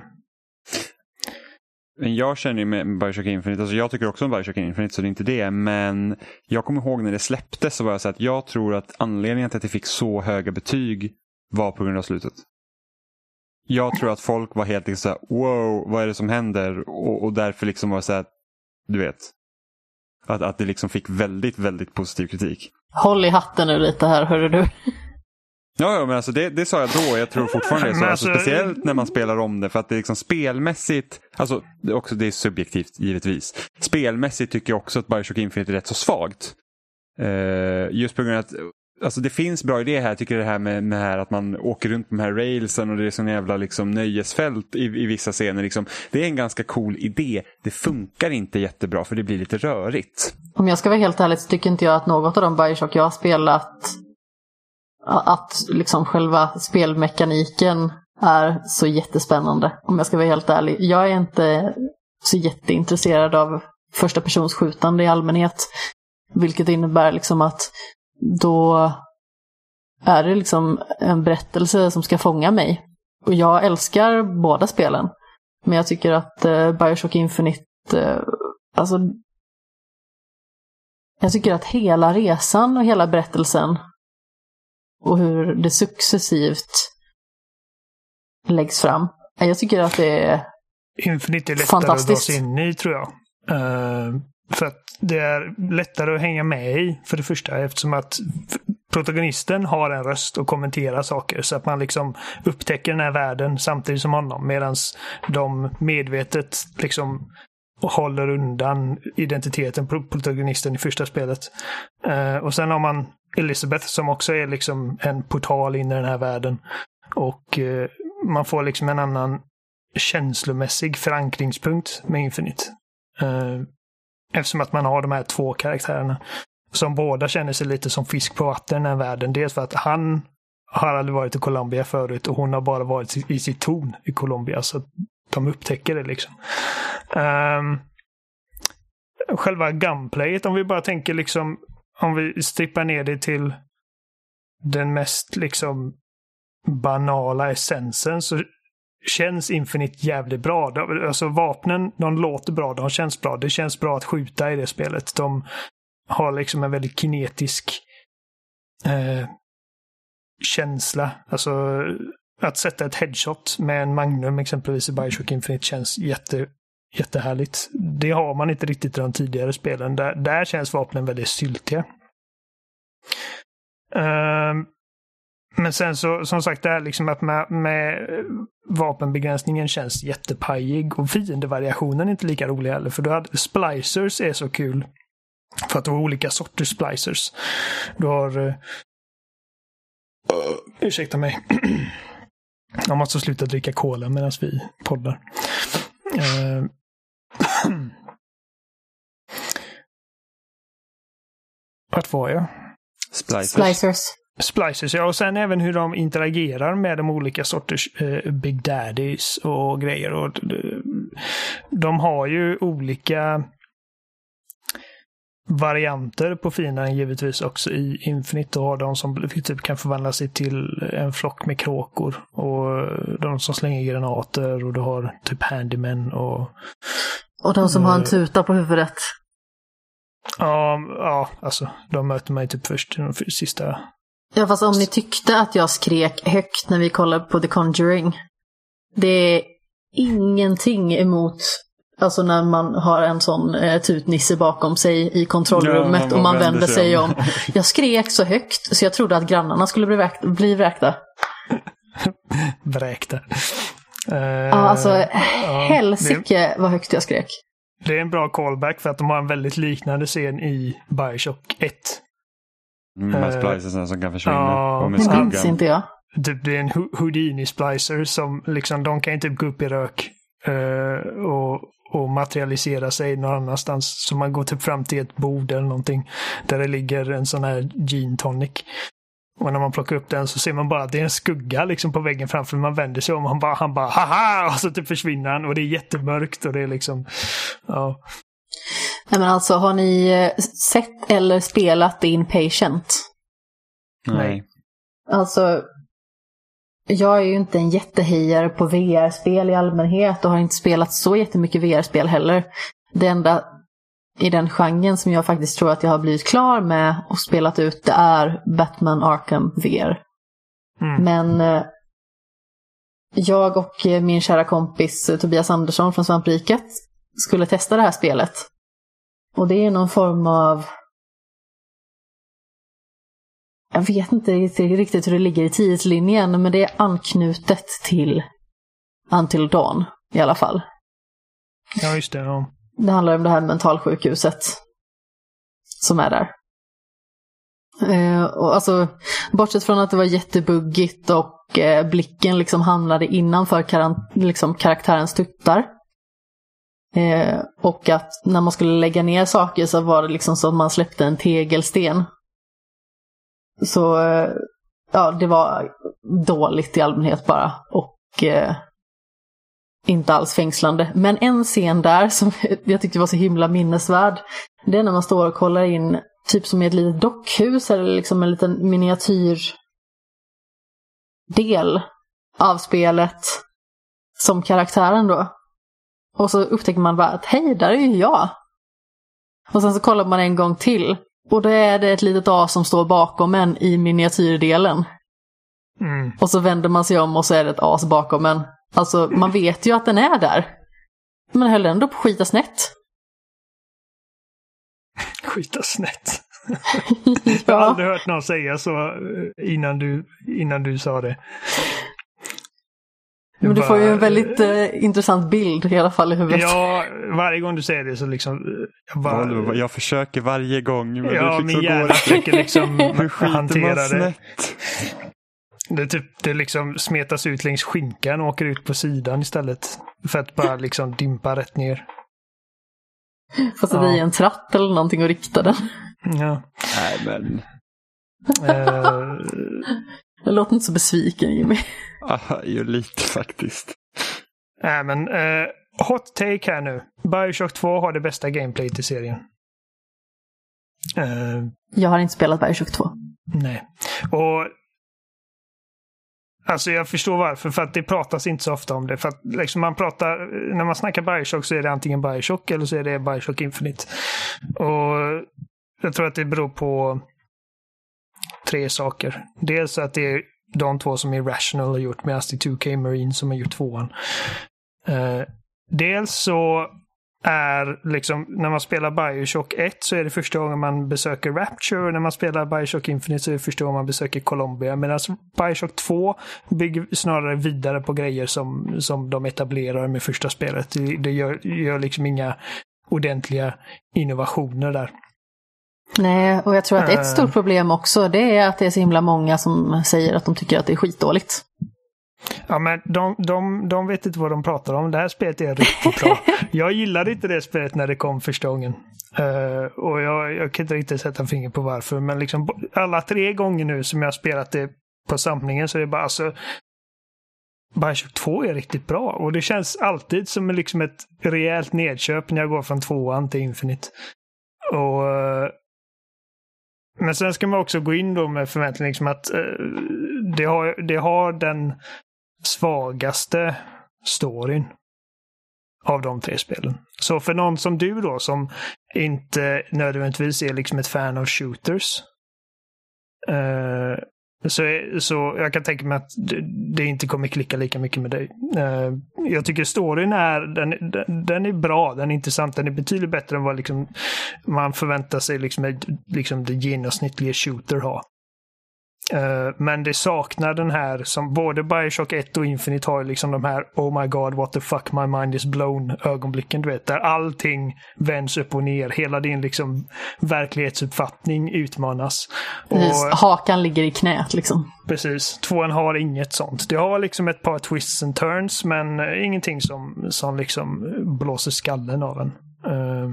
Men jag känner ju med Bioshock Infinite, alltså jag tycker också om Bioshock Infinite, så det är inte det, men jag kommer ihåg när det släpptes så var jag så att jag tror att anledningen till att det fick så höga betyg var på grund av slutet. Jag tror att folk var helt liksom så här, wow, vad är det som händer? Och, och därför liksom var det så här, du vet, att, att det liksom fick väldigt, väldigt positiv kritik. Håll i hatten nu lite här, hörru du. Ja, ja, men alltså det, det sa jag då, jag tror fortfarande det är så. Alltså, speciellt när man spelar om det, för att det är liksom spelmässigt, alltså det är, också, det är subjektivt givetvis. Spelmässigt tycker jag också att Bioshock Infinite är rätt så svagt. Uh, just på grund av att alltså det finns bra idéer här. Jag tycker det här med, med här att man åker runt på de här railsen och det är sån jävla liksom nöjesfält i, i vissa scener. Liksom. Det är en ganska cool idé. Det funkar inte jättebra för det blir lite rörigt. Om jag ska vara helt ärlig så tycker inte jag att något av de Bioshock jag har spelat, att liksom själva spelmekaniken är så jättespännande. Om jag ska vara helt ärlig. Jag är inte så jätteintresserad av första persons skjutande i allmänhet. Vilket innebär liksom att då är det liksom en berättelse som ska fånga mig. Och jag älskar båda spelen. Men jag tycker att uh, Bioshock Infinite, uh, alltså jag tycker att hela resan och hela berättelsen och hur det successivt läggs fram. Jag tycker att det är Infinite är lättare att dra sig in i, tror jag. Uh, för att det är lättare att hänga med i, för det första, eftersom att protagonisten har en röst och kommenterar saker, så att man liksom upptäcker den här världen samtidigt som honom, medan de medvetet liksom håller undan identiteten på protagonisten i första spelet. Uh, och sen har man Elizabeth som också är liksom en portal in i den här världen, och uh, man får liksom en annan känslomässig förankringspunkt med Infinite. Uh, eftersom att man har de här två karaktärerna som båda känner sig lite som fisk på vatten i den här världen. Dels för att han har aldrig varit i Colombia förut och hon har bara varit i sitt torn i Colombia, så att de upptäcker det liksom. Um, själva gunplayet, om vi bara tänker liksom, om vi strippar ner det till den mest liksom banala essensen, så känns Infinite jävligt bra. Alltså vapnen, de låter bra, de känns bra. Det känns bra att skjuta i det spelet. De har liksom en väldigt kinetisk eh, känsla. Alltså att sätta ett headshot med en Magnum exempelvis i Bioshock Infinite känns jätte, jättehärligt. Det har man inte riktigt i de tidigare spelen. Där, där känns vapnen väldigt syltiga. Uh, men sen så, som sagt, det är liksom att med, med vapenbegränsningen känns jättepajig, och fiendevariationen är inte lika rolig heller, för du hade splicers är så kul. För att du har olika sorters splicers. Du har uh, ursäkta mig. Jag måste sluta dricka cola medan vi poddar. Uh, Vart var jag? Splicers. Splicers. Splicers, ja. Och sen även hur de interagerar med de olika sorters uh, Big Daddies och grejer. Och uh, de har ju olika varianter på fienden givetvis också i Infinite. Och har de som typ kan förvandla sig till en flock med kråkor. Och de som slänger granater. Och du har typ handymen och... Och de som uh, har en tuta på huvudet. Ja, ja, alltså de möter mig typ först i de sista. Ja, fast om ni tyckte att jag skrek högt när vi kollade på The Conjuring. Det är ingenting emot, alltså när man har en sån eh, tutnisse bakom sig i kontrollrummet, ja, och man vänder sig om. om. Jag skrek så högt så jag trodde att grannarna skulle bli, väkt, bli vräkta. Vräkta. Uh, ja, alltså uh, helsike det... vad högt jag skrek. Det är en bra callback för att de har en väldigt liknande scen i Bioshock ett. Mm, med uh, splicersen som kan försvinna. Ja, och med det minns inte jag. Typ, det är en Houdini-splicer som liksom, de kan inte gå upp i rök uh, och, och materialisera sig någon annanstans. Så man går typ fram till ett bord eller någonting där det ligger en sån här gin tonic. Och när man plockar upp den så ser man bara att det är en skugga liksom på väggen framför. Man vänder sig om och han bara, han bara haha! Och så typ försvinner han. Och det är jättemörkt och det är liksom, ja. Nej, men alltså, har ni sett eller spelat The Inpatient? Nej. Alltså, jag är ju inte en jättehejare på V R-spel i allmänhet och har inte spelat så jättemycket V R-spel heller. Det enda i den genren som jag faktiskt tror att jag har blivit klar med och spelat ut, det är Batman Arkham V R. Mm. Men eh, jag och min kära kompis Tobias Andersson från Svampriket skulle testa det här spelet. Och det är någon form av, jag vet inte riktigt hur det ligger i tidslinjen, men det är anknutet till Until Dawn i alla fall. Ja, just det. Ja. Det handlar om det här mentalsjukhuset som är där. Eh, och alltså, bortsett från att det var jättebuggigt och eh, blicken liksom hamnade innanför karan- liksom karaktärens tuttar. Eh, och att när man skulle lägga ner saker så var det liksom så att man släppte en tegelsten. Så eh, ja, det var dåligt i allmänhet bara. Och eh, inte alls fängslande. Men en scen där som jag tyckte var så himla minnesvärd, det är när man står och kollar in typ som i ett litet dockhus eller liksom en liten miniatyr del av spelet som karaktären då. Och så upptäcker man bara att hej, där är ju jag. Och sen så kollar man en gång till och då är det ett litet A som står bakom en i miniatyrdelen. Mm. Och så vänder man sig om och så är det ett as bakom en. Alltså, man vet ju att den är där. Men höll ändå på skita snett. Skita snett. Ja. Jag har aldrig hört någon säga så innan du, innan du sa det. Men du bara, får ju en väldigt eh, intressant bild i alla fall i huvudet. Ja, varje gång du säger det så liksom... Jag, bara, ja, jag försöker varje gång. Men ja, det min hjärna försöker liksom hantera det. Snett. Det, typ, det liksom smetas ut längs skinkan och åker ut på sidan istället. För att bara liksom dimpa rätt ner. Fast ja. Det är en tratt eller någonting att rikta den. Ja. Nej, men... uh... Jag låter inte så besviken, Jimmy. Aha, ju lite faktiskt. Nej, men uh, hot take här nu. Bioshock två har det bästa gameplay i serien. Uh... Jag har inte spelat Bioshock två. Nej. Och alltså jag förstår varför, för att det pratas inte så ofta om det. För att liksom man pratar, när man snackar Bioshock så är det antingen Bioshock eller så är det Bioshock Infinite. Och jag tror att det beror på tre saker. Dels att det är de två som Irrational har gjort med Asti two K Marine som har gjort tvåan. Uh, dels så är liksom, när man spelar Bioshock ett så är det första gången man besöker Rapture, och när man spelar Bioshock Infinite så är det första gången man besöker Columbia. Medan Bioshock två bygger snarare vidare på grejer som, som de etablerar med första spelet. Det, det gör, gör liksom inga ordentliga innovationer där. Nej, och jag tror att ett stort problem också, det är att det är så himla många som säger att de tycker att det är skitdåligt. Ja, men de, de, de vet inte vad de pratar om. Det här spelet är riktigt bra. Jag gillade inte det spelet när det kom första gången. Uh, och jag, jag kan inte riktigt sätta finger på varför. Men liksom alla tre gånger nu som jag har spelat det på samlingen så är det bara alltså Bioshock två är riktigt bra. Och det känns alltid som liksom ett rejält nedköp när jag går från tvåan till Infinite. Och uh, men sen ska man också gå in då med förväntning liksom att uh, det, har, det har den svagaste storyn av de tre spelen. Så för någon som du då som inte nödvändigtvis är liksom ett fan av shooters uh, så, så jag kan tänka mig att det, det inte kommer klicka lika mycket med dig. Uh, jag tycker storyn är den, den, den är bra, den är intressant, den är betydligt bättre än vad liksom man förväntar sig liksom, liksom det genomsnittliga shooter har. Uh, men det saknar den här som både Bioshock ett och Infinite har liksom de här oh my god what the fuck my mind is blown ögonblicken, du vet, där allting vänds upp och ner, hela din liksom verklighetsuppfattning utmanas. Precis, och, hakan ligger i knät liksom. Precis, tvåan har inget sånt. Det har liksom ett par twists and turns men uh, ingenting som, som liksom blåser skallen av en. Uh,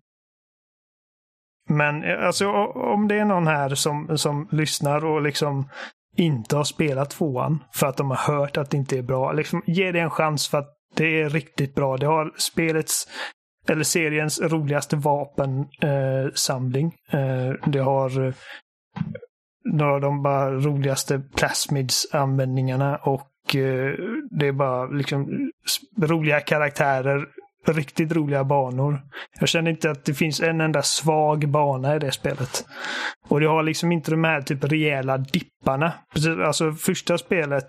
Men alltså, om det är någon här som, som lyssnar och liksom inte har spelat tvåan för att de har hört att det inte är bra, liksom, ge det en chans för att det är riktigt bra. Det har spelets eller seriens roligaste vapensamling. Eh, eh, det har några av de bara roligaste plasmids-användningarna och eh, det är bara liksom roliga karaktärer, riktigt roliga banor. Jag känner inte att det finns en enda svag bana i det spelet. Och det har liksom inte de här typ rejäla dipparna. Alltså första spelet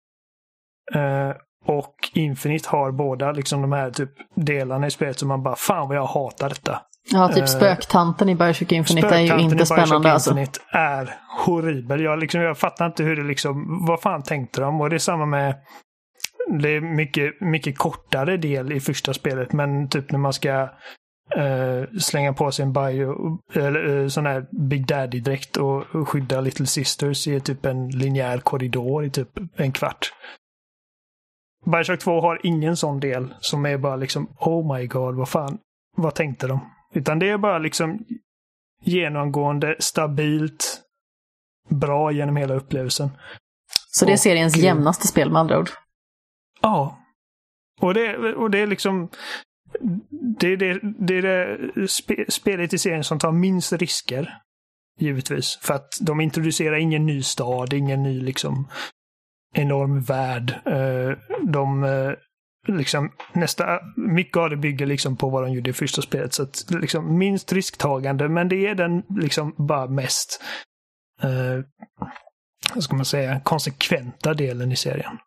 eh, och Infinite har båda liksom de här typ delarna i spelet som man bara, fan vad jag hatar detta. Ja, typ spöktanten i Bioshock Infinite är ju inte spännande alltså. Infinite är horribel. Jag, liksom, jag fattar inte hur det liksom, vad fan tänkte de? Och det är samma med det är mycket, mycket kortare del i första spelet, men typ när man ska uh, slänga på sig en bio, eller uh, sån här Big Daddy-dräkt och, och skydda Little Sisters i typ en linjär korridor i typ en kvart. Bioshock två har ingen sån del som är bara liksom oh my god, vad fan, vad tänkte de? Utan det är bara liksom genomgående, stabilt, bra genom hela upplevelsen. Så det är seriens och, jämnaste spel med andra ord? Ja. Och det, och det är liksom det är det, det, är det spe, spelet i serien som tar minst risker, givetvis. För att de introducerar ingen ny stad, ingen ny liksom enorm värld. De liksom nästa, mycket av det bygger liksom på vad de gjorde i första spelet. Så att liksom minst risktagande, men det är den liksom bara mest eh, vad ska man säga, konsekventa delen i serien.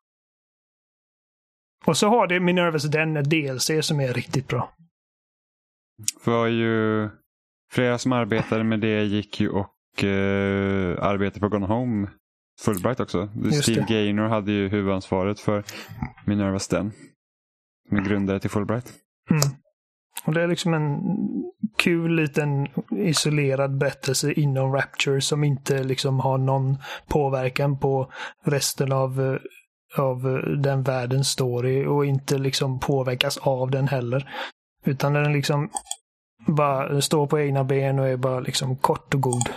Och så har det Minerva's Den D L C som är riktigt bra. Det var ju flera som arbetade med det gick ju och eh, arbetade på Gone Home Fulbright också. Just Steve det. Gaynor hade ju huvudansvaret för Minerva's Den. Som är grundare till Fulbright. Mm. Och det är liksom en kul liten isolerad berättelse inom Rapture som inte liksom har någon påverkan på resten av av den världens story och inte liksom påverkas av den heller. Utan den liksom bara står på egna ben och är bara liksom kort och god.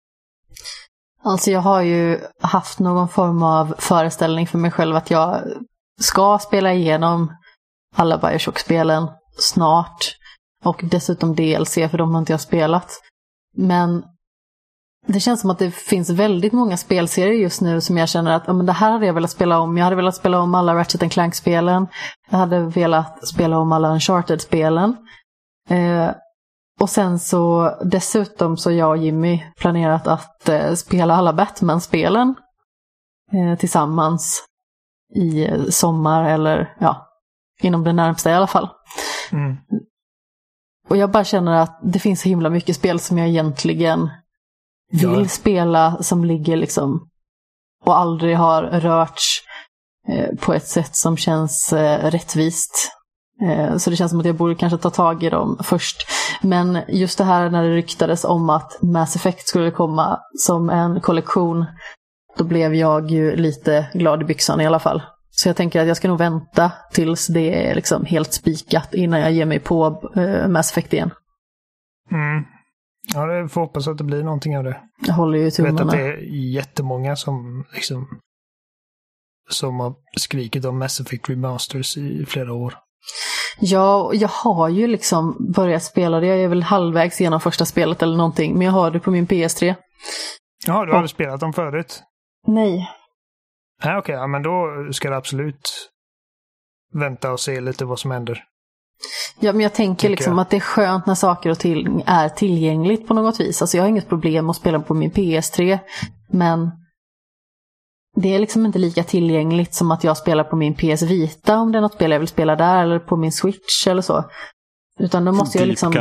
Alltså jag har ju haft någon form av föreställning för mig själv att jag ska spela igenom alla Bioshock-spelen snart. Och dessutom D L C, för de har inte jag spelat. Men det känns som att det finns väldigt många spelserier just nu som jag känner att ja, men det här hade jag velat spela om. Jag hade velat spela om alla Ratchet and Clank-spelen. Jag hade velat spela om alla Uncharted-spelen. Eh, och sen så dessutom så jag och Jimmy planerat att eh, spela alla Batman-spelen eh, tillsammans i eh, sommar eller ja, inom det närmsta i alla fall. Mm. Och jag bara känner att det finns så himla mycket spel som jag egentligen vill ja. spela som ligger liksom och aldrig har rörts eh, på ett sätt som känns eh, rättvist. Eh, så det känns som att jag borde kanske ta tag i dem först. Men just det här när det ryktades om att Mass Effect skulle komma som en kollektion, då blev jag ju lite glad i byxan i alla fall. Så jag tänker att jag ska nog vänta tills det är liksom helt spikat innan jag ger mig på uh, Mass Effect igen. Mm. Ja, det får hoppas att det blir någonting av det. Jag håller ju tummarna. Jag vet att det är jättemånga som liksom som har skrikit om Mass Effect Remasters i flera år. Ja, jag har ju liksom börjat spela det. Jag är väl halvvägs genom första spelet eller någonting. Men jag har det på min P S tre. Ja, du har aldrig spelat dem förut? Nej. Nej, okej. Okay, ja, men då ska du absolut vänta och se lite vad som händer. Ja, men jag tänker Tycker liksom jag. att det är skönt när saker och ting är tillgängligt på något vis. Alltså jag har inget problem att spela på min P S tre. Men det är liksom inte lika tillgängligt som att jag spelar på min P S Vita om det är något spel jag vill spela där eller på min Switch eller så. Utan då måste jag liksom...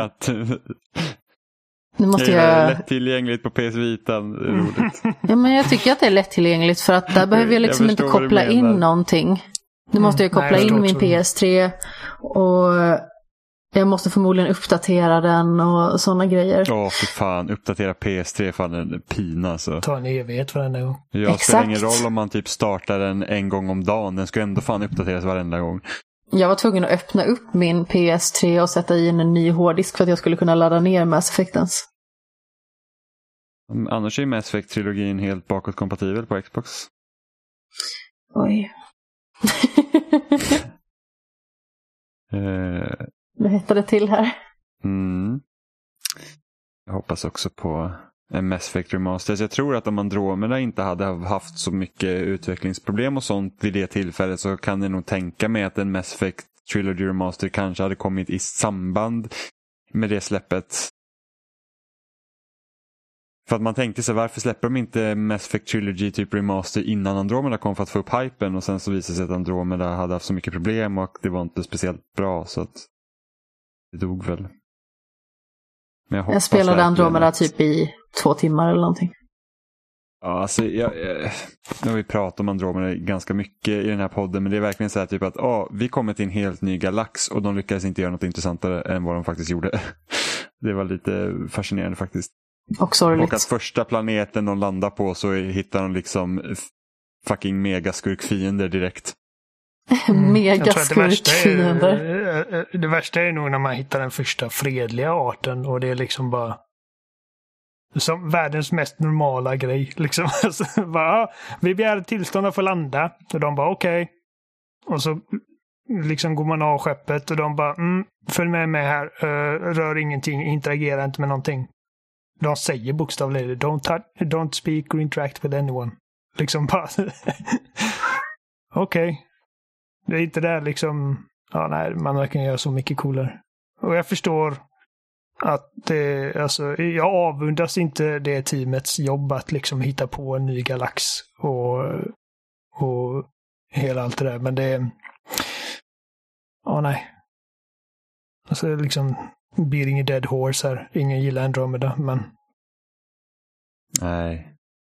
Nu måste jag... jag... lättillgängligt på P S Vita, roligt. Ja, men jag tycker att det är lättillgängligt för att där behöver jag liksom jag inte koppla in någonting. Nu måste jag koppla mm, in min P S tre och jag måste förmodligen uppdatera den och sådana grejer. Åh, oh, för fan. Uppdatera P S tre, fan en pina alltså. Ta en evighet varenda gång. Jag spelar ingen roll om man typ startar den en gång om dagen. Den ska ändå fan uppdateras varenda gång. Jag var tvungen att öppna upp min P S tre och sätta in en ny hårddisk för att jag skulle kunna ladda ner Mass Effectens. Annars är Mass Effect-trilogin helt bakåtkompatibel på Xbox. Oj. uh, det hettade till här. Mm. Jag hoppas också på en Mass Effect Remaster. Jag tror att om Andromeda inte hade haft så mycket utvecklingsproblem och sånt vid det tillfället så kan jag nog tänka mig att en Mass Effect Trilogy Remaster kanske hade kommit i samband med det släppet. För att man tänkte sig, varför släpper de inte Mass Effect Trilogy typ Remaster innan Andromeda kom för att få upp hypen, och sen så visade sig att Andromeda hade haft så mycket problem och det var inte speciellt bra, så att det dog väl. Men jag, jag spelade Andromeda att... typ i två timmar eller någonting. Ja, alltså jag, jag, nu har vi pratat om Andromeda ganska mycket i den här podden, men det är verkligen så här typ att ah, vi kommer till en helt ny galax och de lyckades inte göra något intressantare än vad de faktiskt gjorde. Det var lite fascinerande faktiskt. Och sorgligt. Och att första planeten de landar på så hittar de liksom fucking megaskurkfiender direkt. Mm. Megaskurkfiender. Det, det värsta är nog när man hittar den första fredliga arten och det är liksom bara som världens mest normala grej. Liksom. Alltså, bara, vi begär tillstånd att få landa och de bara okej. Okay. Och så liksom går man av skeppet och de bara mm, följ med mig här, uh, rör ingenting, interagera inte med någonting. De säger bokstavligt don't, touch, don't speak or interact with anyone. Liksom bara okej. Okay. Det är inte där liksom ja nej, man verkar göra så mycket coolare. Och jag förstår att det, alltså jag avundas inte det teamets jobb att liksom hitta på en ny galax och och hela allt det där, men det ja nej. Alltså liksom beating a dead horse här. Ingen gillar Andromeda, men nej.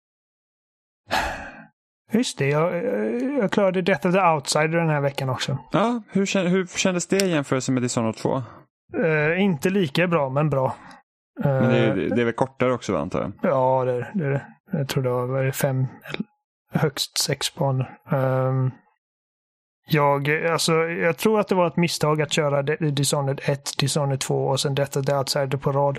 Just det, jag, jag klarade Death of the Outsider den här veckan också. Ja, hur, känd, hur kändes det i jämförelse med Dishonored två? Uh, inte lika bra, men bra. Uh, men det är, det är väl kortare också, antar jag? Ja, det är det. det. Jag tror det var fem, högst sex banor. Um, jag, alltså, jag tror att det var ett misstag att köra Dishonored ett, Dishonored två och sen Death of the Outsider på rad.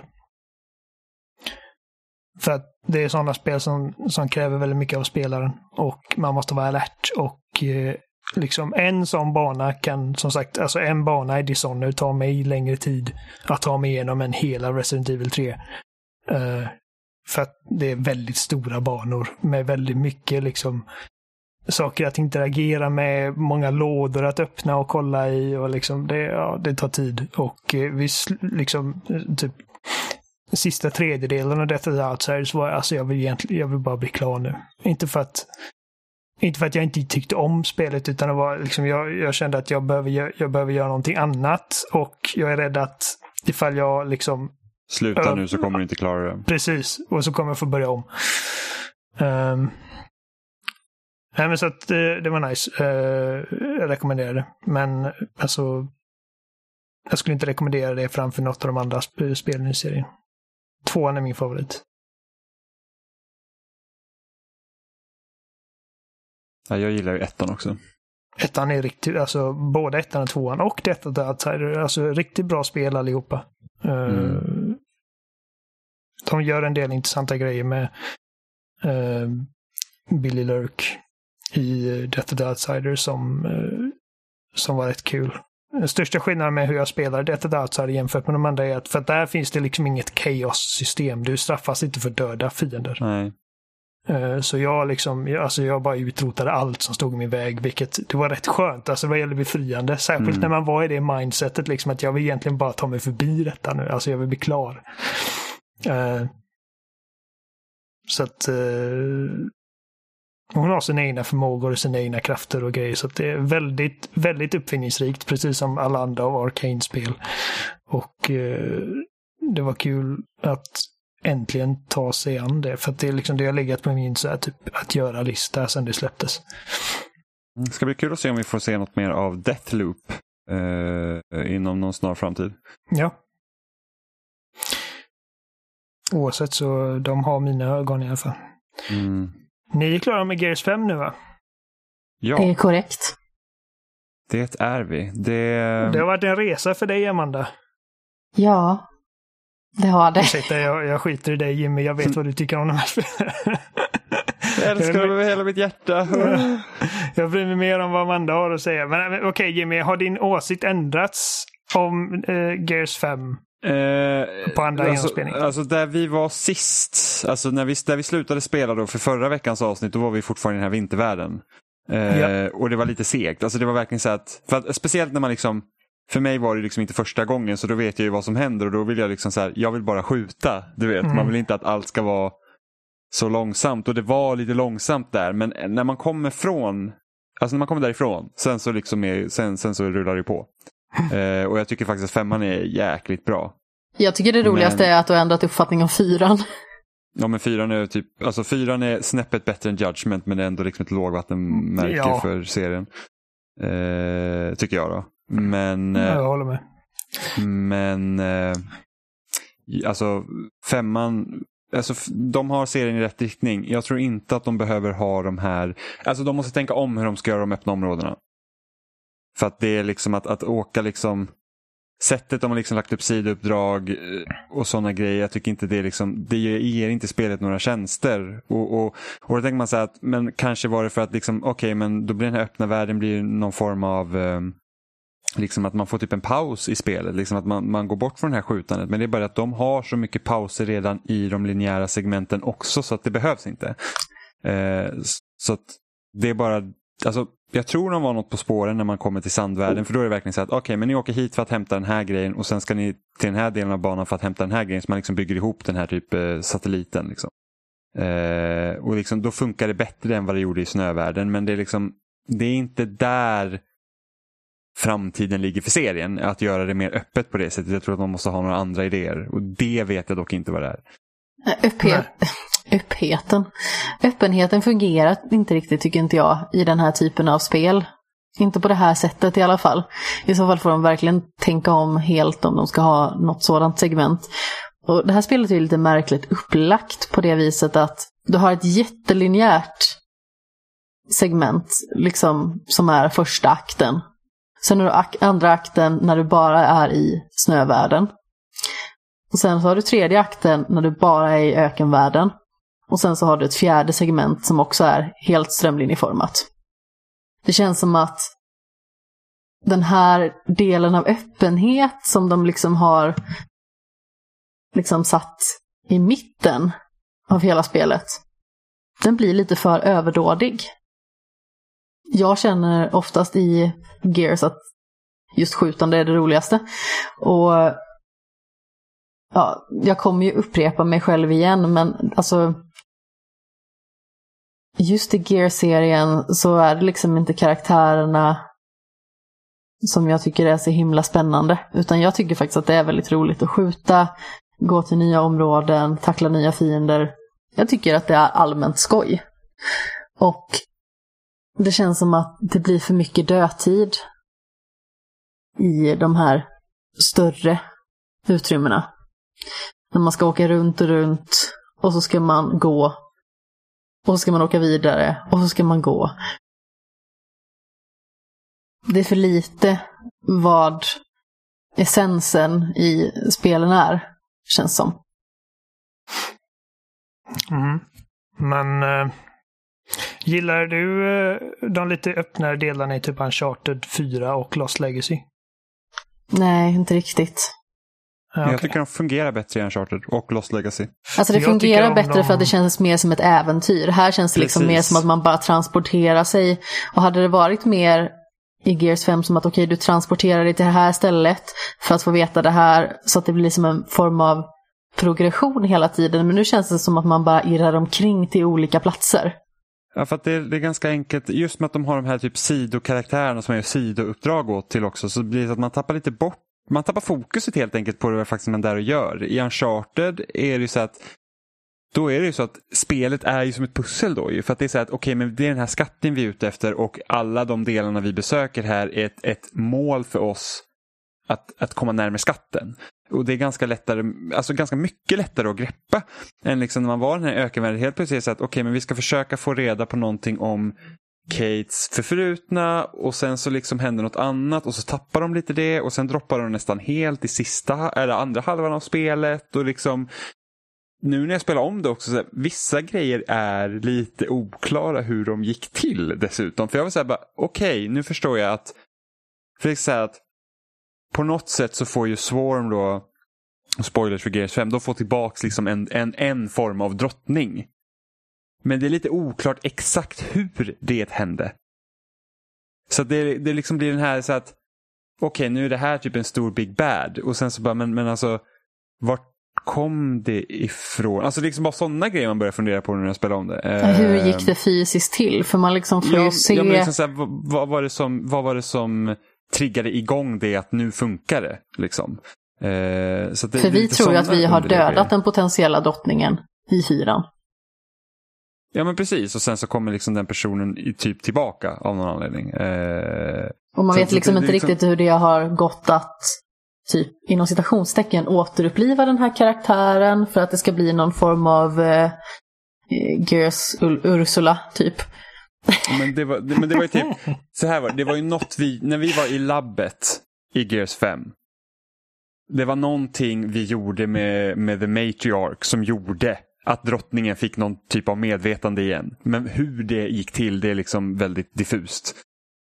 För att det är sådana spel som, som kräver väldigt mycket av spelaren. Och man måste vara alert. Och eh, liksom en sån bana kan, som sagt, alltså en bana i Dishonored tar mig längre tid att ta mig igenom en hela Resident Evil tre. Uh, för att det är väldigt stora banor med väldigt mycket liksom saker att interagera med, många lådor att öppna och kolla i och liksom det, ja, det tar tid. Och eh, vi liksom typ sista tredjedelen av Death of the Outsiders var alltså jag vill egentligen jag vill bara bli klar nu. Inte för att inte för att jag inte tyckte om spelet, utan det var liksom jag, jag kände att jag behöver jag behöver göra någonting annat och jag är rädd att ifall jag liksom sluta äh, nu så kommer du inte klara det. Precis, och så kommer jag få börja om. Um, nej men så att det, det var nice. Uh, jag rekommenderar det. Men alltså jag skulle inte rekommendera det framför något av de andra sp- spelen i serien. Tvåan är min favorit. Ja, jag gillar ju ettan också. ettan är riktigt, alltså både ettan och tvåan och Death of the Outsider, alltså riktigt bra spel allihopa. Mm. De gör en del intressanta grejer med uh, Billy Lurk i Death of the Outsider som, uh, som var rätt kul. Den största skillnaden med hur jag spelar Death of the Outsider jämfört med de andra är att för att där finns det liksom inget chaos-system. Du straffas inte för döda fiender. Nej. Uh, så jag liksom, alltså jag bara utrotade allt som stod i min väg, vilket det var rätt skönt, alltså vad gäller befriande. Särskilt mm. när man var i det mindsetet liksom att jag vill egentligen bara ta mig förbi detta nu. Alltså jag vill bli klar. Uh, så att uh, hon har sina egna förmågor och sina egna krafter och grejer, så att det är väldigt, väldigt uppfinningsrikt, precis som alla andra av Arcane-spel. Och uh, det var kul att äntligen ta sig an det, för att det är liksom det har legat på min så här, typ att göra lista sedan det släpptes. Det ska bli kul att se om vi får se något mer av Deathloop uh, inom någon snar framtid. Ja. Oavsett så de har mina ögon i alla fall. Mm. Ni är klara med Gears fem nu, va? Ja. Det är korrekt. Det är vi. Det... det har varit en resa för dig, Amanda. Ja, det har det. Ursäkta, jag, jag skiter i dig, Jimmy. Jag vet vad du tycker om de här spelen. Jag älskar dem med hela mitt hjärta. Jag bryr mig mer om vad Amanda har att säga. Men okej, okay, Jimmy, har din åsikt ändrats om uh, Gears fem? Eh, på andra alltså, alltså där vi var sist, alltså när vi, där vi slutade spela då för förra veckans avsnitt, då var vi fortfarande i den här vintervärlden. Eh, ja. Och det var lite segt. Alltså det var verkligen så att, för att speciellt när man liksom, för mig var det liksom inte första gången, så då vet jag ju vad som händer och då vill jag liksom så här, jag vill bara skjuta, du vet. Mm. Man vill inte att allt ska vara så långsamt, och det var lite långsamt där, men när man kommer från, alltså när man kommer därifrån, sen så liksom är, sen, sen så rullar det på. Uh, och jag tycker faktiskt att femman är jäkligt bra. Jag tycker det roligaste men... är att du har ändrat uppfattning om fyran. Ja, men fyran är typ, alltså fyran är snäppet bättre än Judgment, men det är ändå liksom ett lågvattenmärke ja. för serien. Uh, tycker jag då. Men... Uh, ja, jag håller med. Men... Uh, alltså femman... Alltså, de har serien i rätt riktning. Jag tror inte att de behöver ha de här... Alltså de måste tänka om hur de ska göra de öppna områdena. För att det är liksom att, att åka liksom sättet de har liksom lagt upp sidouppdrag och sådana grejer. Jag tycker inte det är liksom, det ger inte spelet några tjänster. Och, och, och då tänker man så här att, men kanske var det för att liksom, okej, okay, men då blir den här öppna världen blir någon form av eh, liksom att man får typ en paus i spelet. Liksom att man, man går bort från det här skjutandet. Men det är bara att de har så mycket pauser redan i de linjära segmenten också, så att det behövs inte. Eh, så att det är bara, alltså jag tror de var något på spåren när man kommer till sandvärlden, för då är det verkligen så att okej, okay, men ni åker hit för att hämta den här grejen och sen ska ni till den här delen av banan för att hämta den här grejen, så man liksom bygger ihop den här typ eh, satelliten liksom. Eh, och liksom då funkar det bättre än vad det gjorde i snövärlden, men det är liksom, det är inte där framtiden ligger för serien, att göra det mer öppet på det sättet. Jag tror att man måste ha några andra idéer, och det vet jag dock inte vad det är. Öpphet. Öppheten. Öppenheten fungerar inte riktigt, tycker inte jag, i den här typen av spel. Inte på det här sättet i alla fall. I så fall får de verkligen tänka om helt om de ska ha något sådant segment. Och det här spelet är lite märkligt upplagt på det viset att du har ett jättelinjärt segment liksom, som är första akten. Sen har du ak- andra akten när du bara är i snövärlden. Och sen så har du tredje akten när du bara är i ökenvärlden. Och sen så har du ett fjärde segment som också är helt strömlinjeformat. Det känns som att den här delen av öppenhet som de liksom har liksom satt i mitten av hela spelet, den blir lite för överdådig. Jag känner oftast i Gears att just skjutande är det roligaste. Och ja, jag kommer ju upprepa mig själv igen, men alltså just i Gear-serien så är det liksom inte karaktärerna som jag tycker är så himla spännande, utan jag tycker faktiskt att det är väldigt roligt att skjuta, gå till nya områden, tackla nya fiender. Jag tycker att det är allmänt skoj. Och det känns som att det blir för mycket dödtid i de här större utrymmena. När man ska åka runt och runt och så ska man gå och så ska man åka vidare och så ska man gå. det är för lite vad essensen i spelen är, känns som. Mm. Men äh, gillar du äh, de lite öppnare delarna i typ Uncharted fyra och Lost Legacy? Nej, inte riktigt. Ja, jag okay. tycker de fungerar bättre i Uncharted och Lost Legacy. Alltså det jag fungerar bättre de... för att det känns mer som ett äventyr. Här känns det liksom Precis. mer som att man bara transporterar sig. Och hade det varit mer i Gears fem som att okej, okay, du transporterar dig till det här stället för att få veta det här, så att det blir som en form av progression hela tiden. Men nu känns det som att man bara irrar omkring till olika platser. Ja, för att det är, det är ganska enkelt. Just med att de har de här typ sidokaraktärerna som är sidouppdrag åt till också, så blir det så att man tappar lite bort. Man tappar fokuset helt enkelt på det faktiskt man där och gör. I Uncharted är det ju så att då är det ju så att spelet är ju som ett pussel då ju. För att det är så att okej, okay, men det är den här skatten vi är ute efter och alla de delarna vi besöker här är ett, ett mål för oss att, att komma närmare skatten. Och det är ganska lättare, alltså ganska mycket lättare att greppa än liksom när man var den här ökenvärlden. Helt plötsligt så att okej, okay, men vi ska försöka få reda på någonting om Kates förflutna och sen så liksom händer något annat och så tappar de lite det och sen droppar de nästan helt i sista eller andra halvan av spelet och liksom nu när jag spelar om det också så här, vissa grejer är lite oklara hur de gick till dessutom, för jag vill säga bara okej, okay, nu förstår jag att för att säga att på något sätt så får ju Swarm då, spoilers för Gears fem, de får tillbaks liksom en, en, en form av drottning. Men det är lite oklart exakt hur det hände. Så det, det liksom blir den här så att okej, okay, nu är det här typ en stor big bad. Och sen så bara, men, men alltså vart kom det ifrån? Alltså liksom bara sådana grejer man börjar fundera på när jag spelar om det. Hur gick det fysiskt till? För man liksom får ja, ju se... Ja, men liksom så här, vad, vad, var det som, vad var det som triggade igång det att nu funkar det? Liksom. Eh, så det, För vi tror ju att vi har dödat grejer. Den potentiella drottningen i fyran. Ja, men precis. Och sen så kommer liksom den personen i typ tillbaka av någon anledning. Eh, och man så, vet liksom det, inte det, liksom... riktigt hur det har gått att typ inom citationstecken återuppliva den här karaktären för att det ska bli någon form av eh, Gears Ursula typ. Men det var, det, men det var ju typ så här var det. Det var ju något vi, när vi var i labbet i Gears fem. Det var någonting vi gjorde med, med The Matriarch som gjorde att drottningen fick någon typ av medvetande igen. Men hur det gick till, det är liksom väldigt diffust.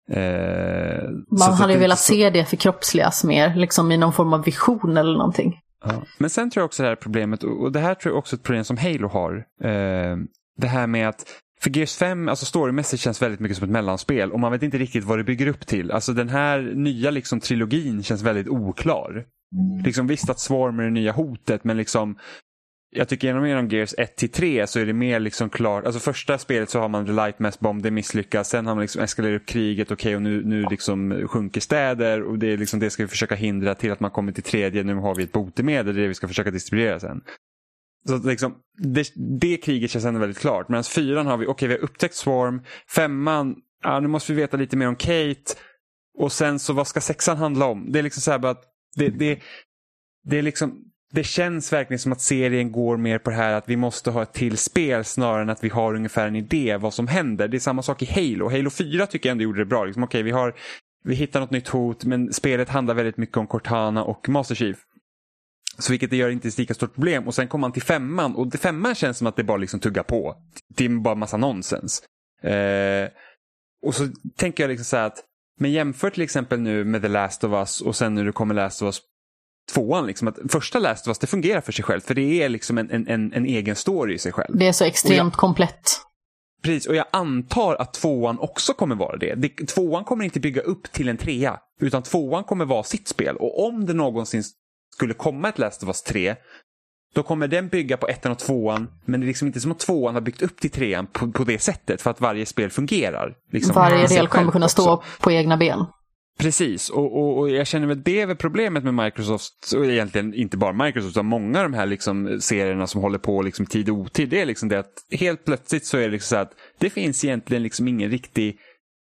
Eh, Man hade ju velat så... se det förkroppsligas mer, liksom i någon form av vision eller någonting. Ja. Men sen tror jag också det här problemet, och det här tror jag också är ett problem som Halo har. Eh, det här med att för Gears fem, alltså storymässigt känns väldigt mycket som ett mellanspel och man vet inte riktigt vad det bygger upp till. Alltså den här nya liksom trilogin känns väldigt oklar. Liksom visst att Swarm är det nya hotet, men liksom jag tycker genom, genom Gears ett till tre så är det mer liksom klart. Alltså första spelet så har man The Lightmass Bomb, det misslyckas. Sen har man liksom eskalerat upp kriget, okej, okay, och nu, nu liksom sjunker städer och det är liksom det ska vi försöka hindra till att man kommer till tredje. Nu har vi ett botemedel, det är det vi ska försöka distribuera sen. Så liksom, det, det kriget känns ändå väldigt klart. Medan fyran har vi, okej, okay, vi har upptäckt Swarm. Femman, ja, nu måste vi veta lite mer om Kate. Och sen så vad ska sexan handla om? Det är liksom så här bara att det, det, det är liksom, det känns verkligen som att serien går mer på det här att vi måste ha ett till spel snarare än att vi har ungefär en idé vad som händer. Det är samma sak i Halo. Halo fyra tycker jag ändå gjorde det bra. Liksom, okej, vi har, vi hittar något nytt hot, men spelet handlar väldigt mycket om Cortana och Master Chief. Så vilket det gör inte ett lika stort problem. Och sen kommer man till femman. Och det femman känns som att det bara liksom tuggar på. Det är bara massa nonsens. Eh, och så tänker jag liksom så här att men jämför till exempel nu med The Last of Us och sen när du kommer Last of Us tvåan. Liksom, att första Last of Us, det fungerar för sig själv. För det är liksom en, en, en egen story i sig själv. Det är så extremt jag, komplett. Precis, och jag antar att tvåan också kommer vara det. det. Tvåan kommer inte bygga upp till en trea. Utan tvåan kommer vara sitt spel. Och om det någonsin skulle komma ett Last of Us tre, då kommer den bygga på ettan och tvåan, men det är liksom inte som att tvåan har byggt upp till trean på, på det sättet för att varje spel fungerar. Liksom, varje del kommer kunna stå också på egna ben. Precis, och, och, och jag känner väl det är väl problemet med Microsoft, och egentligen inte bara Microsoft utan många av de här liksom serierna som håller på liksom tid och otid, det är liksom det att helt plötsligt så är det liksom så att det finns egentligen liksom ingen riktig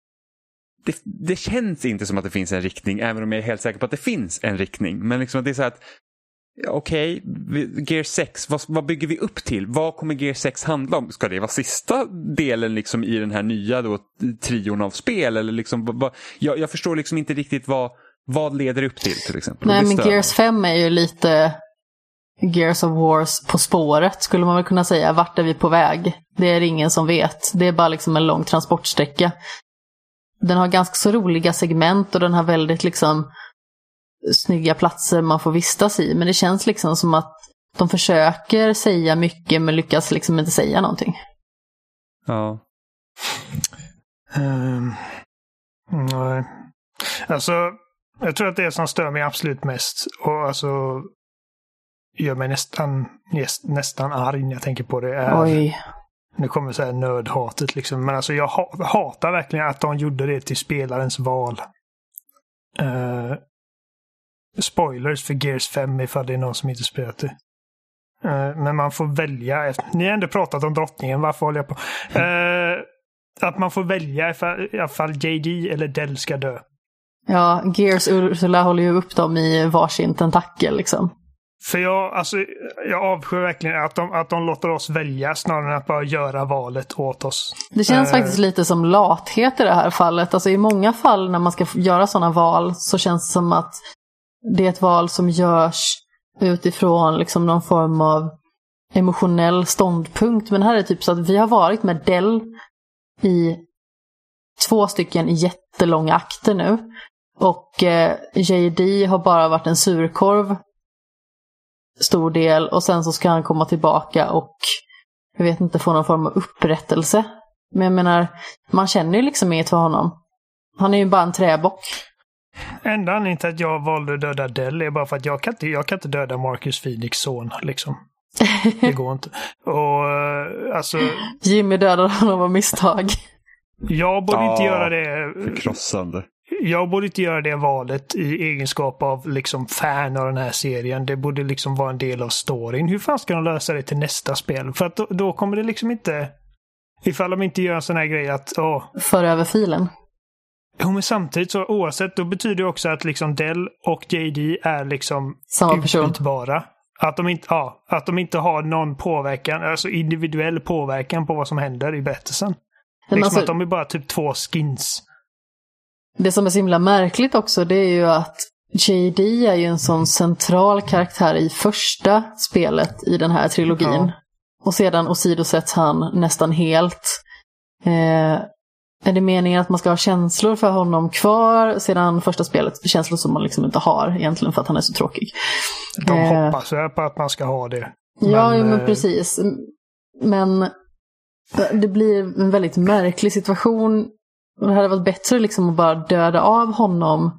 Det, det känns inte som att det finns en riktning, även om jag är helt säker på att det finns en riktning. Men liksom att det är så att okej, okay, Gear sex, vad, vad bygger vi upp till? Vad kommer Gear sex handla om? Ska det vara sista delen liksom i den här nya då, trion av spel? Eller liksom, vad, jag, jag förstår liksom inte riktigt vad, vad leder upp till till exempel. Nej, men Gears fem är ju lite Gears of Wars på spåret, skulle man väl kunna säga. Vart är vi på väg? Det är ingen som vet. Det är bara liksom en lång transportsträcka. Den har ganska så roliga segment och den har väldigt liksom snygga platser man får vistas i. Men det känns liksom som att de försöker säga mycket men lyckas liksom inte säga någonting. Ja. Um, nej. Alltså, jag tror att det som stör mig absolut mest och alltså gör mig nästan, näst, nästan arg när jag tänker på det är... Oj. Nu kommer så här nördhatet liksom. Men alltså jag ha- hatar verkligen att de gjorde det till spelarens val. Uh, spoilers för Gears fem ifall det är någon som inte spelat det. Uh, men man får välja. Ni har ändå pratat om drottningen. Varför håller jag på? Uh, att man får välja ifall, ifall J D eller Del ska dö. Ja, Gears Ursula håller ju upp dem i varsin tentakel liksom. För jag, alltså, jag avskyr verkligen att de, att de låter oss välja snarare än att bara göra valet åt oss. Det känns uh, faktiskt lite som lathet i det här fallet. Alltså i många fall när man ska göra sådana val så känns det som att det är ett val som görs utifrån liksom någon form av emotionell ståndpunkt. Men här är det typ så att vi har varit med Del i två stycken jättelånga akter nu. Och eh, J D har bara varit en surkorv stor del och sen så ska han komma tillbaka och jag vet inte, få någon form av upprättelse. Men jag menar, man känner ju liksom inget för honom. Han är ju bara en träbock. Enda anledningen till att jag valde att döda Del är bara för att jag kan inte, jag kan inte döda Marcus Phoenix son liksom. Det går inte. Och alltså... Jimmy dödade honom av misstag. Jag borde ja, inte göra det... Förkrossande. Jag borde inte göra det valet i egenskap av liksom fan av den här serien. Det borde liksom vara en del av storyn. Hur fan ska de lösa det till nästa spel? För att då, då kommer det liksom inte... Ifall de inte gör en sån här grej att... Åh, för över filen. Jo, men samtidigt så oavsett, då betyder det också att liksom Del och J D är liksom samma person. Utbytbara. Att de inte, ja, att de inte har någon påverkan, alltså individuell påverkan på vad som händer i berättelsen. Liksom alltså, att de är bara typ två skins. Det som är så himla märkligt också, det är ju att J D är ju en sån central karaktär i första spelet i den här trilogin. Ja. Och sedan åsidosätts han nästan helt. Eh, är det meningen att man ska ha känslor för honom kvar sedan första spelet? Känslor som man liksom inte har egentligen för att han är så tråkig. De eh, hoppas på att man ska ha det. Ja, men, men eh... precis. Men det blir en väldigt märklig situation. Det hade varit bättre liksom att bara döda av honom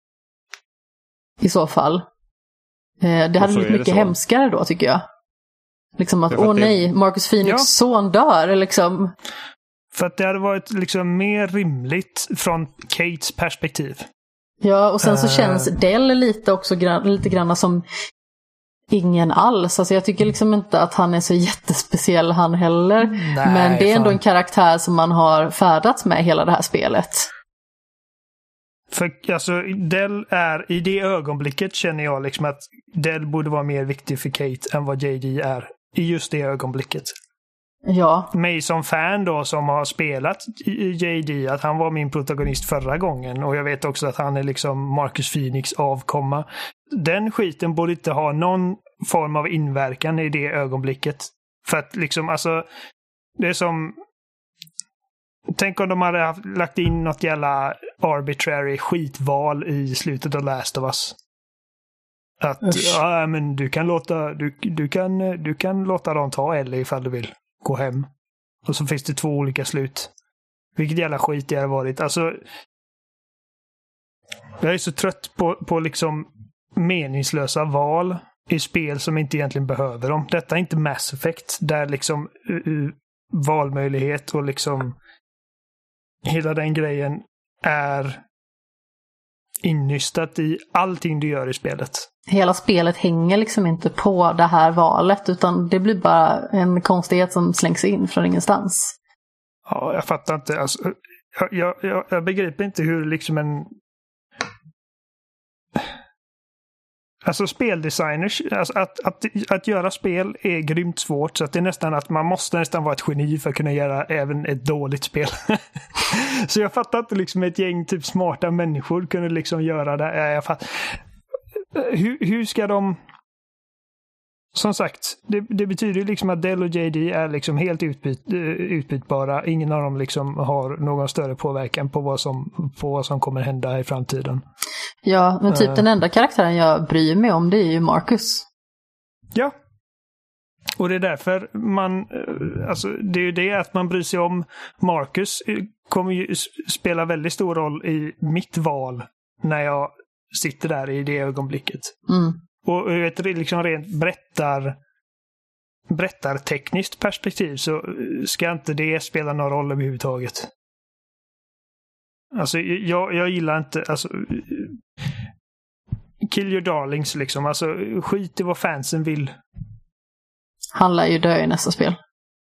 i så fall. Eh, det hade blivit mycket hemskare då, tycker jag. Liksom att, åh oh, nej, Marcus Phoenix ja. son dör, liksom. För att det hade varit liksom mer rimligt från Kates perspektiv. Ja, och sen så uh... känns Del lite också grann, lite grann som ingen alls. Alltså jag tycker liksom inte att han är så jättespeciell han heller. Nej, men det är ändå fan. en karaktär som man har färdats med hela det här spelet. För alltså Del är, i det ögonblicket känner jag liksom att Del borde vara mer viktig för Kate än vad J D är. I just det ögonblicket. Ja. Mig som fan då som har spelat J D, att han var min protagonist förra gången. Och jag vet också att han är liksom Marcus Phoenix avkomma. Den skiten borde inte ha någon form av inverkan i det ögonblicket. För att liksom, alltså, det är som... Tänk om de hade haft, lagt in något jävla arbitrary skitval i slutet av Last of Us. Att, Usch. ja men du kan låta, du, du kan, du kan låta dem ta Ellie ifall du vill gå hem. Och så finns det två olika slut. Vilket jävla skit det har varit. Alltså, jag är så trött på, på liksom meningslösa val i spel som inte egentligen behöver dem. Detta är inte Mass Effect där liksom uh, valmöjlighet och liksom hela den grejen är innystat i allting du gör i spelet. Hela spelet hänger liksom inte på det här valet, utan det blir bara en konstighet som slängs in från ingenstans. Ja, jag fattar inte. Alltså, jag, jag, jag begriper inte hur liksom en... Alltså speldesigners, alltså att, att, att göra spel är grymt svårt, så att det är nästan att man måste nästan vara ett geni för att kunna göra även ett dåligt spel. Så jag fattar inte liksom ett gäng typ smarta människor kunde liksom göra det. Jag fattar. Hur, hur ska de... Som sagt, det, det betyder liksom att Dell och J D är liksom helt utbyt, utbytbara. Ingen av dem liksom har någon större påverkan på vad som, på vad som kommer hända i framtiden. Ja, men typ uh, den enda karaktären jag bryr mig om, det är ju Marcus. Ja. Och det är därför man, alltså det är ju det att man bryr sig om Marcus kommer ju spela väldigt stor roll i mitt val när jag sitter där i det ögonblicket. Mm. Och ur ett liksom rent berättar, berättartekniskt perspektiv så ska inte det spela någon roll överhuvudtaget. Alltså jag, jag gillar inte alltså, kill your darlings liksom. Alltså skit i vad fansen vill. Han lär ju dö i nästa spel.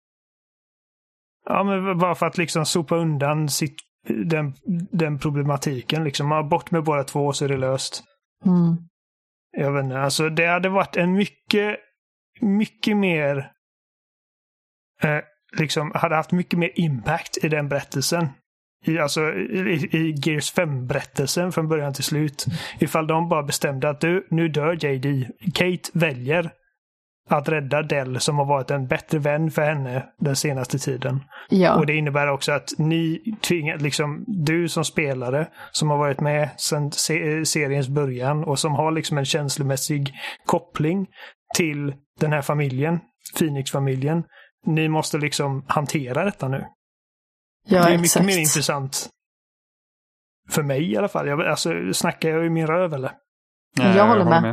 Ja, men bara för att liksom sopa undan sitt, den, den problematiken liksom. Bort med båda två så är det löst. Mm. Jag vet inte, alltså det hade varit en mycket mycket mer eh, liksom hade haft mycket mer impact i den berättelsen. I, alltså i, i Gears fem-berättelsen från början till slut. Ifall de bara bestämde att du, nu dör J D. Kate väljer att rädda Dell som har varit en bättre vän för henne den senaste tiden. Ja. Och det innebär också att ni tvingar, liksom du som spelare som har varit med sedan se- seriens början och som har liksom en känslomässig koppling till den här familjen, Phoenix-familjen. Ni måste liksom hantera detta nu. Ja, det är exakt. mycket mer intressant för mig i alla fall. Jag, alltså, snackar jag i min röv eller? Nej, jag håller med. med.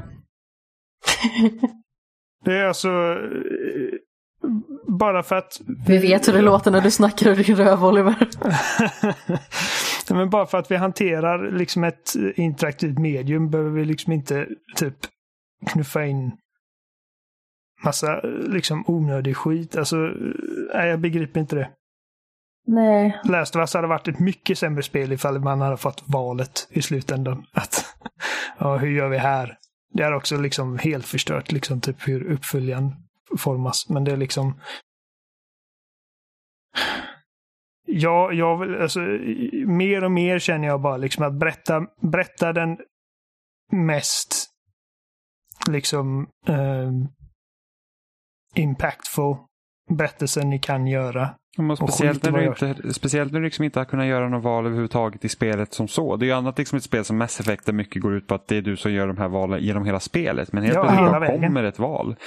Det är alltså bara för att... Vi vet hur det låter när du snackar ur din röv, Oliver. Men bara för att vi hanterar liksom ett interaktivt medium behöver vi liksom inte typ knuffa in massa liksom onödig skit. Alltså, nej, jag begriper inte det. Nej. Last of Us hade varit ett mycket sämre spel ifall man hade fått valet i slutändan. Att, ja, hur gör vi här? Det är också liksom helt förstört liksom typ hur uppföljaren formas. Men det är liksom... Ja, jag vill, alltså, mer och mer känner jag bara liksom att berätta, berätta den mest liksom eh, impactful berättelsen ni kan göra. Och speciellt, när du inte, speciellt när du liksom inte har kunnat göra något val överhuvudtaget i spelet som så. Det är ju annat liksom ett spel som Mass Effect där mycket går ut på att det är du som gör de här valen genom hela spelet. Men helt ja, plötsligt kommer ett val.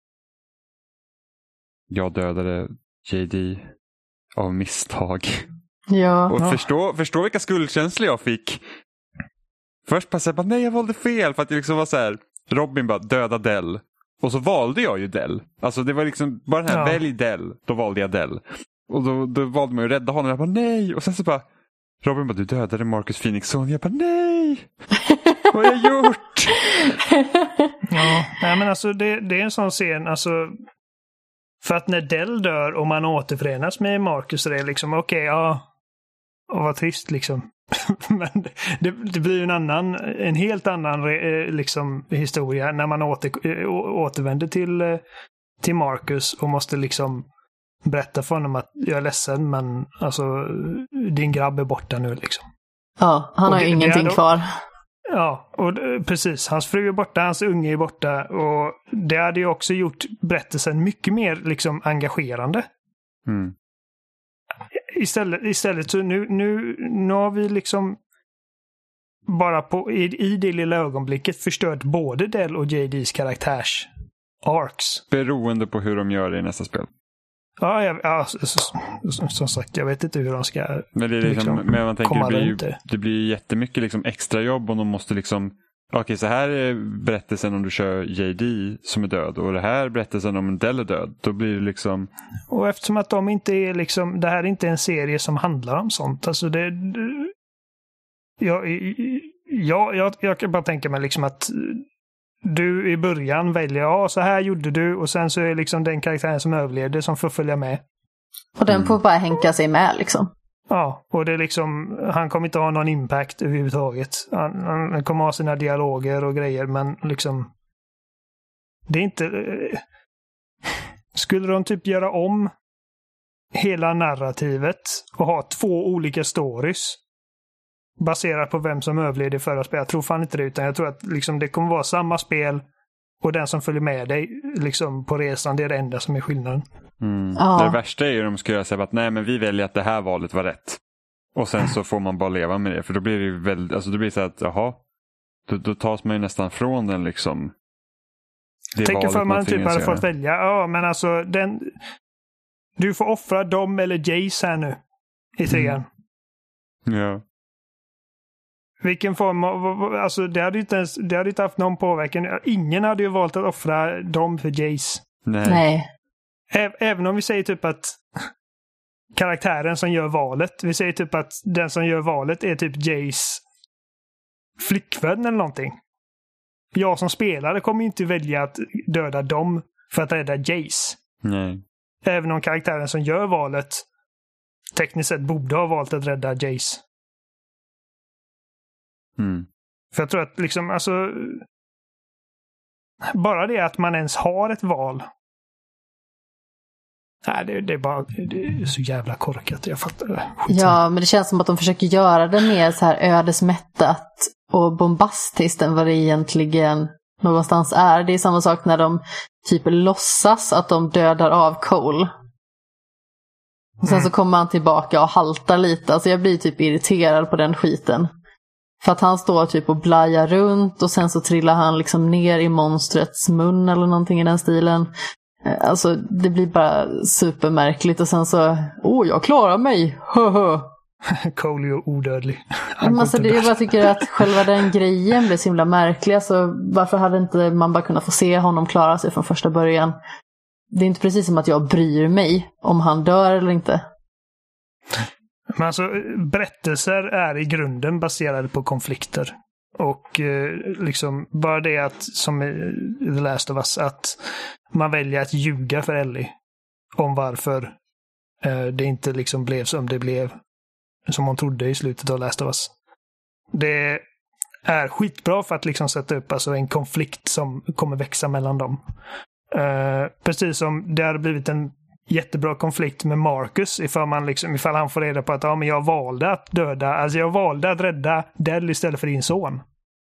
Jag dödade J D av misstag. Ja. Och ja. förstå, förstå vilka skuldkänslor jag fick. Först passade jag bara, nej jag valde fel. För att det liksom var så här, Robin bara döda Dell. Och så valde jag ju Dell. Alltså det var liksom bara den här, ja. välj Dell. Då valde jag Dell. Och då, då valde man ju att rädda honom. Jag bara nej. Och sen så bara, Robin bara, du dödade Marcus Phoenix son. Jag bara nej. Vad har jag gjort? Ja, nej, men alltså det, det är en sån scen. Alltså, för att när Dell dör och man återförenas med Marcus så är det liksom okej, okay, ja. Och vad trist liksom. Men det, det blir ju en annan, en helt annan liksom historia när man åter, återvänder till, till Marcus och måste liksom berätta för honom att jag är ledsen men alltså din grabb är borta nu liksom. Ja, han har ju ingenting då, kvar. Ja, och precis. Hans fru är borta, hans unge är borta och det hade ju också gjort berättelsen mycket mer liksom engagerande. Mm. Istället, istället så nu, nu, nu har vi liksom bara på, i, i det lilla ögonblicket förstört både Dell och J D:s karaktärs arcs. Beroende på hur de gör det i nästa spel. Ja, jag, ja som, som sagt, jag vet inte hur de ska men det är liksom, liksom, men man tänker, det blir ju, det blir ju jättemycket liksom extra jobb om de måste liksom okej, okay, så här är berättelsen om du kör J D som är död och det här är berättelsen om Dell är död. Då blir det liksom... Och eftersom att de inte är liksom, det här är inte en serie som handlar om sånt. Alltså det... Jag, jag, jag, jag kan bara tänka mig liksom att du i början väljer, ja så här gjorde du och sen så är liksom den karaktären som överlevde som får följa med. Och den får bara hänka sig med liksom. Ja, och det är liksom, han kommer inte ha någon impact överhuvudtaget. Han, han kommer ha sina dialoger och grejer, men liksom det är inte... Skulle de typ göra om hela narrativet och ha två olika stories baserat på vem som överlevde i förra spelet? Jag tror fan inte det, utan jag tror att liksom det kommer vara samma spel och den som följer med dig liksom på resan, det är det enda som är skillnaden. Mm. Ja. Det värsta är ju att de ska göra så att nej, men vi väljer att det här valet var rätt. Och sen så får man bara leva med det. För då blir det ju väldigt, alltså då blir det så att jaha, då, då tas man ju nästan från den liksom. Det Tänk för man, man typ hade göra. fått välja. Ja, men alltså den... Du får offra dem eller Jace här nu i trean. Mm. Ja. Vilken form av... Alltså det hade ju inte ens, det hade inte haft någon påverkan. Ingen hade ju valt att offra dem för Jace. Nej. Nej. Ä- även om vi säger typ att karaktären som gör valet, vi säger typ att den som gör valet är typ Jace flickvän eller någonting. Jag som spelare kommer inte välja att döda dem för att rädda Jace. Nej. Även om karaktären som gör valet tekniskt sett borde ha valt att rädda Jace. Mm. För jag tror att liksom, alltså bara det att man ens har ett val. Nej, det, det är bara det är så jävla korkat. Jag fattar det. Skitsamma. Ja, men det känns som att de försöker göra det mer så här ödesmättat och bombastiskt än vad det egentligen någonstans är. Det är samma sak när de typ låtsas att de dödar av Cole. Och sen mm. så kommer han tillbaka och haltar lite. Alltså jag blir typ irriterad på den skiten. För att han står typ och blajar runt och sen så trillar han liksom ner i monstrets mun eller någonting i den stilen. Alltså det blir bara supermärkligt och sen så, åh jag klarar mig, höhö. Cole är odödlig. Men alltså, det är bara tycker att själva den grejen blir så himla märklig. Alltså, varför hade inte man bara kunnat få se honom klara sig från första början? Det är inte precis som att jag bryr mig om han dör eller inte. Men alltså, berättelser är i grunden baserade på konflikter. Och eh, liksom bara det att, som i The Last of Us, att man väljer att ljuga för Ellie om varför eh, det inte liksom blev som det blev, som hon trodde i slutet av Last of Us. Det är skitbra för att liksom sätta upp alltså en konflikt som kommer växa mellan dem. Eh, precis som det hade blivit en jättebra konflikt med Marcus ifall, man liksom, ifall han får reda på att ja, men jag valde att döda, alltså jag valde att rädda Dell istället för din son.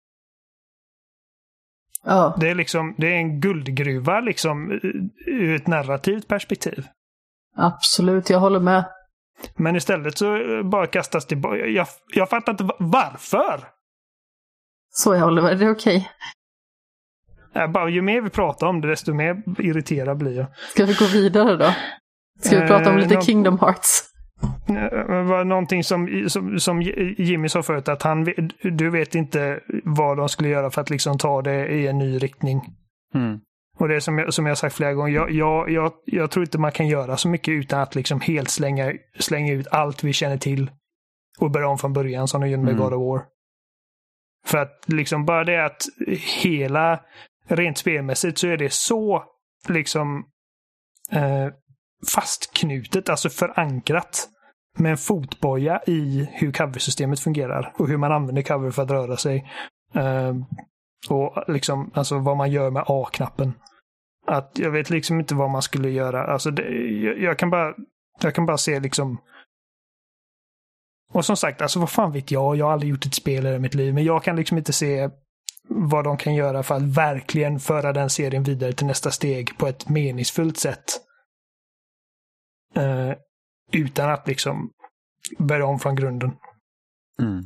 Ja. Det är liksom, det är en guldgruva liksom ur ett narrativt perspektiv. Absolut, jag håller med. Men istället så bara kastas tillbaka. Jag, jag fattar inte varför. Så jag håller med, det är okej. Ja, bara, ju mer vi pratar om det, desto mer irriterad blir jag. Ska vi gå vidare då? Ska vi prata om lite eh, Kingdom Hearts? Det var någonting som, som, som Jimmy sa förut, att han, du vet inte vad de skulle göra för att liksom ta det i en ny riktning. Mm. Och det är som jag, som jag har sagt flera gånger, jag, jag, jag, jag tror inte man kan göra så mycket utan att liksom helt slänga, slänga ut allt vi känner till och börja om från början som de gjorde med Mm. God of War. För att liksom bara det att hela, rent spelmässigt så är det så liksom eh, fastknutet, alltså förankrat med en fotboja i hur coversystemet fungerar och hur man använder cover för att röra sig. Uh, och liksom, alltså vad man gör med A-knappen. Att jag vet liksom inte vad man skulle göra. Alltså det, jag, jag kan bara jag kan bara se liksom. Och som sagt, alltså vad fan vet jag? Jag har aldrig gjort ett spel i mitt liv, men jag kan liksom inte se vad de kan göra för att verkligen föra den serien vidare till nästa steg på ett meningsfullt sätt. Uh, utan att liksom börja om från grunden. Mm.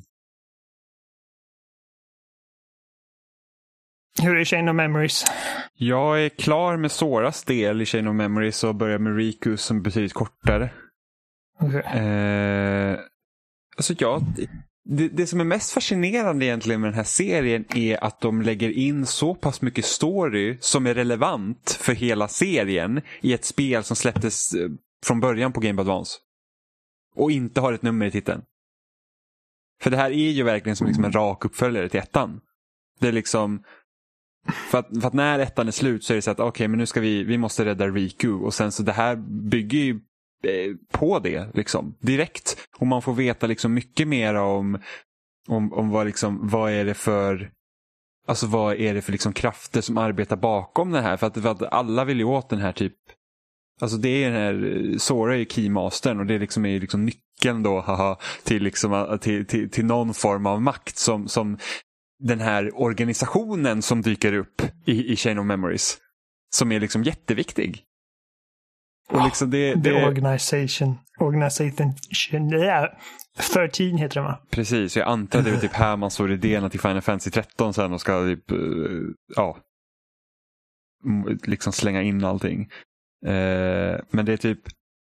Hur är Chain of Memories? Jag är klar med Soras del i Chain of Memories och börjar med Riku som är betydligt kortare. Okay. Eh, alltså jag, det, det som är mest fascinerande egentligen med den här serien är att de lägger in så pass mycket story som är relevant för hela serien i ett spel som släpptes från början på Game Boy Advance. Och inte har ett nummer i titeln. För det här är ju verkligen som liksom en rak uppföljare till ettan. Det är liksom... För att, för att när ettan är slut så är det så att okej, okay, men nu ska vi, vi måste rädda Riku. Och sen så det här bygger ju på det liksom direkt, och man får veta liksom mycket mer om om, om vad liksom vad är det för alltså vad är det för liksom krafter som arbetar bakom det här, för att, för att alla vill ju åt den här typ, alltså det är den här, Sora är ju keymastern och det liksom är liksom nyckeln då haha, till liksom till, till, till någon form av makt som som den här organisationen som dyker upp i, i Chain of Memories, som är liksom jätteviktig. Och liksom det, det... The Organization. Organization. Yeah. tretton heter det, va? Precis, jag antar att det är typ här man såg idéerna till Final Fantasy tretton sen och ska typ, ja, liksom slänga in allting. Eh, men det är typ,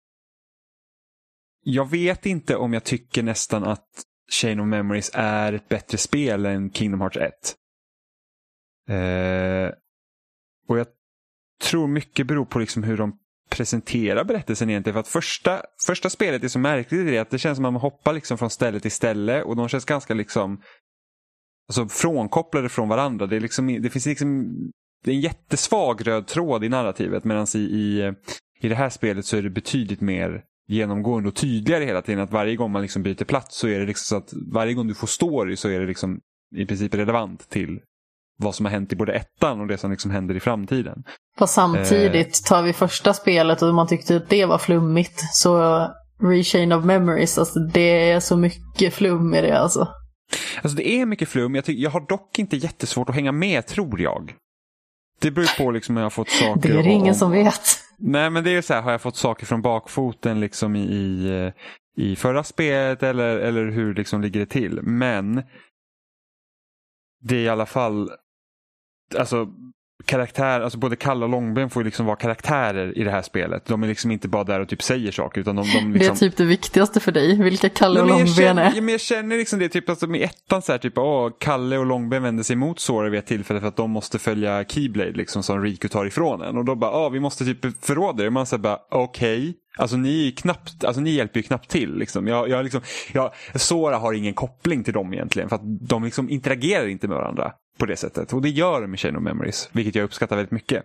jag vet inte om jag tycker nästan att Chain of Memories är ett bättre spel än Kingdom Hearts ett. Eh, och jag tror mycket beror på liksom hur de presenterar berättelsen egentligen. För att första, första spelet är så märkligt i det att det känns som att man hoppar liksom från ställe till ställe och de känns ganska liksom alltså frånkopplade från varandra. Det, är liksom, det finns liksom det är en jättesvag röd tråd i narrativet, medan i, i, i det här spelet så är det betydligt mer genomgående och tydligare hela tiden, att varje gång man liksom byter plats så är det liksom så att varje gång du får story så är det liksom i princip relevant till vad som har hänt i både ettan och det som liksom händer i framtiden. Fast samtidigt tar vi första spelet och man tyckte att det var flummigt, så Re-Chain of Memories, alltså det är så mycket flum i det alltså. Alltså det är mycket flum, jag, ty- jag har dock inte jättesvårt att hänga med, tror jag. Det beror på liksom hur jag har fått saker. Det är det ingen om... som vet. Nej, men det är så här, har jag fått saker från bakfoten liksom i, i, i förra spelet eller, eller hur liksom ligger det till. Men det är i alla fall alltså karaktär, alltså både Kalle och Långben får ju liksom vara karaktärer i det här spelet. De är liksom inte bara där och typ säger saker, utan de, de liksom... Det är typ det viktigaste för dig, vilka Kalle och Nej, Långben är. Ja, men jag känner liksom det, typ alltså, med ettan så här, typ, åh, Kalle och Långben vänder sig mot Sora vid ett tillfälle för att de måste följa Keyblade liksom, som Riku tar ifrån en. Och då bara, åh, vi måste typ förråda det. Man säger bara, okej. Okay. Alltså ni, knappt, alltså ni hjälper ju knappt till. Liksom. Jag, jag, liksom, jag, Sora har ingen koppling till dem egentligen, för att de liksom interagerar inte med varandra på det sättet. Och det gör de i Chain of Memories, vilket jag uppskattar väldigt mycket.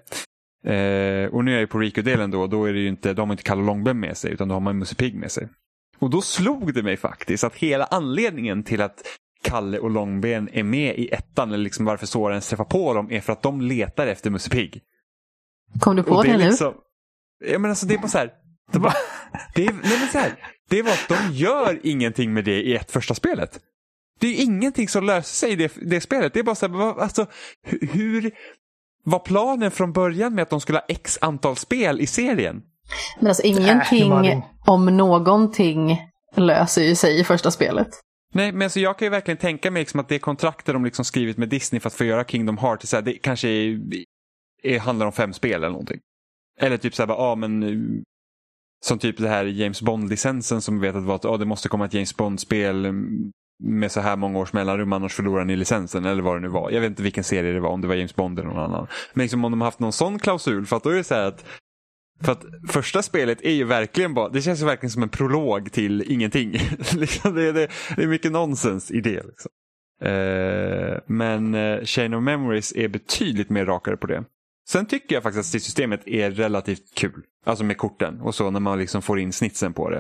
Eh, och nu är jag ju på Riku-delen då, då är det ju inte, de har inte Kalle och Långben med sig, utan då har man Musse Pigg med sig. Och då slog det mig faktiskt att hela anledningen till att Kalle och Långben är med i ettan, eller liksom varför Sora ens träffar på dem, är för att de letar efter Musse Pigg. Kom du på det, det nu? Liksom, ja, men alltså det är bara så här, det, var, det, är, nej, men så här, det var att de gör ingenting med det i ett första spelet. Det är ingenting som löser sig i det, det spelet. Det är bara så här, alltså, hur var planen från början med att de skulle ha x antal spel i serien? Men alltså ingenting äh, om någonting löser ju sig i första spelet. Nej, men alltså jag kan ju verkligen tänka mig liksom att det kontrakter de liksom skrivit med Disney för att få göra Kingdom Hearts, så här, det kanske är, är, handlar om fem spel eller någonting. Eller typ så här, ja ah, men som typ det här James Bond-licensen som vi vet att var att ah, det måste komma ett James Bond-spel med så här många års mellanrum, annars förlorar ni licensen, eller vad det nu var. Jag vet inte vilken serie det var, om det var James Bond eller någon annan. Men liksom om de har haft någon sån klausul, för att då är det så här att för att första spelet är ju verkligen bara, det känns ju verkligen som en prolog till ingenting. liksom det, det, det är mycket nonsens i det. Liksom. Eh, men eh, Chain of Memories är betydligt mer rakare på det. Sen tycker jag faktiskt att systemet är relativt kul. Alltså med korten och så, när man liksom får in snitsen på det.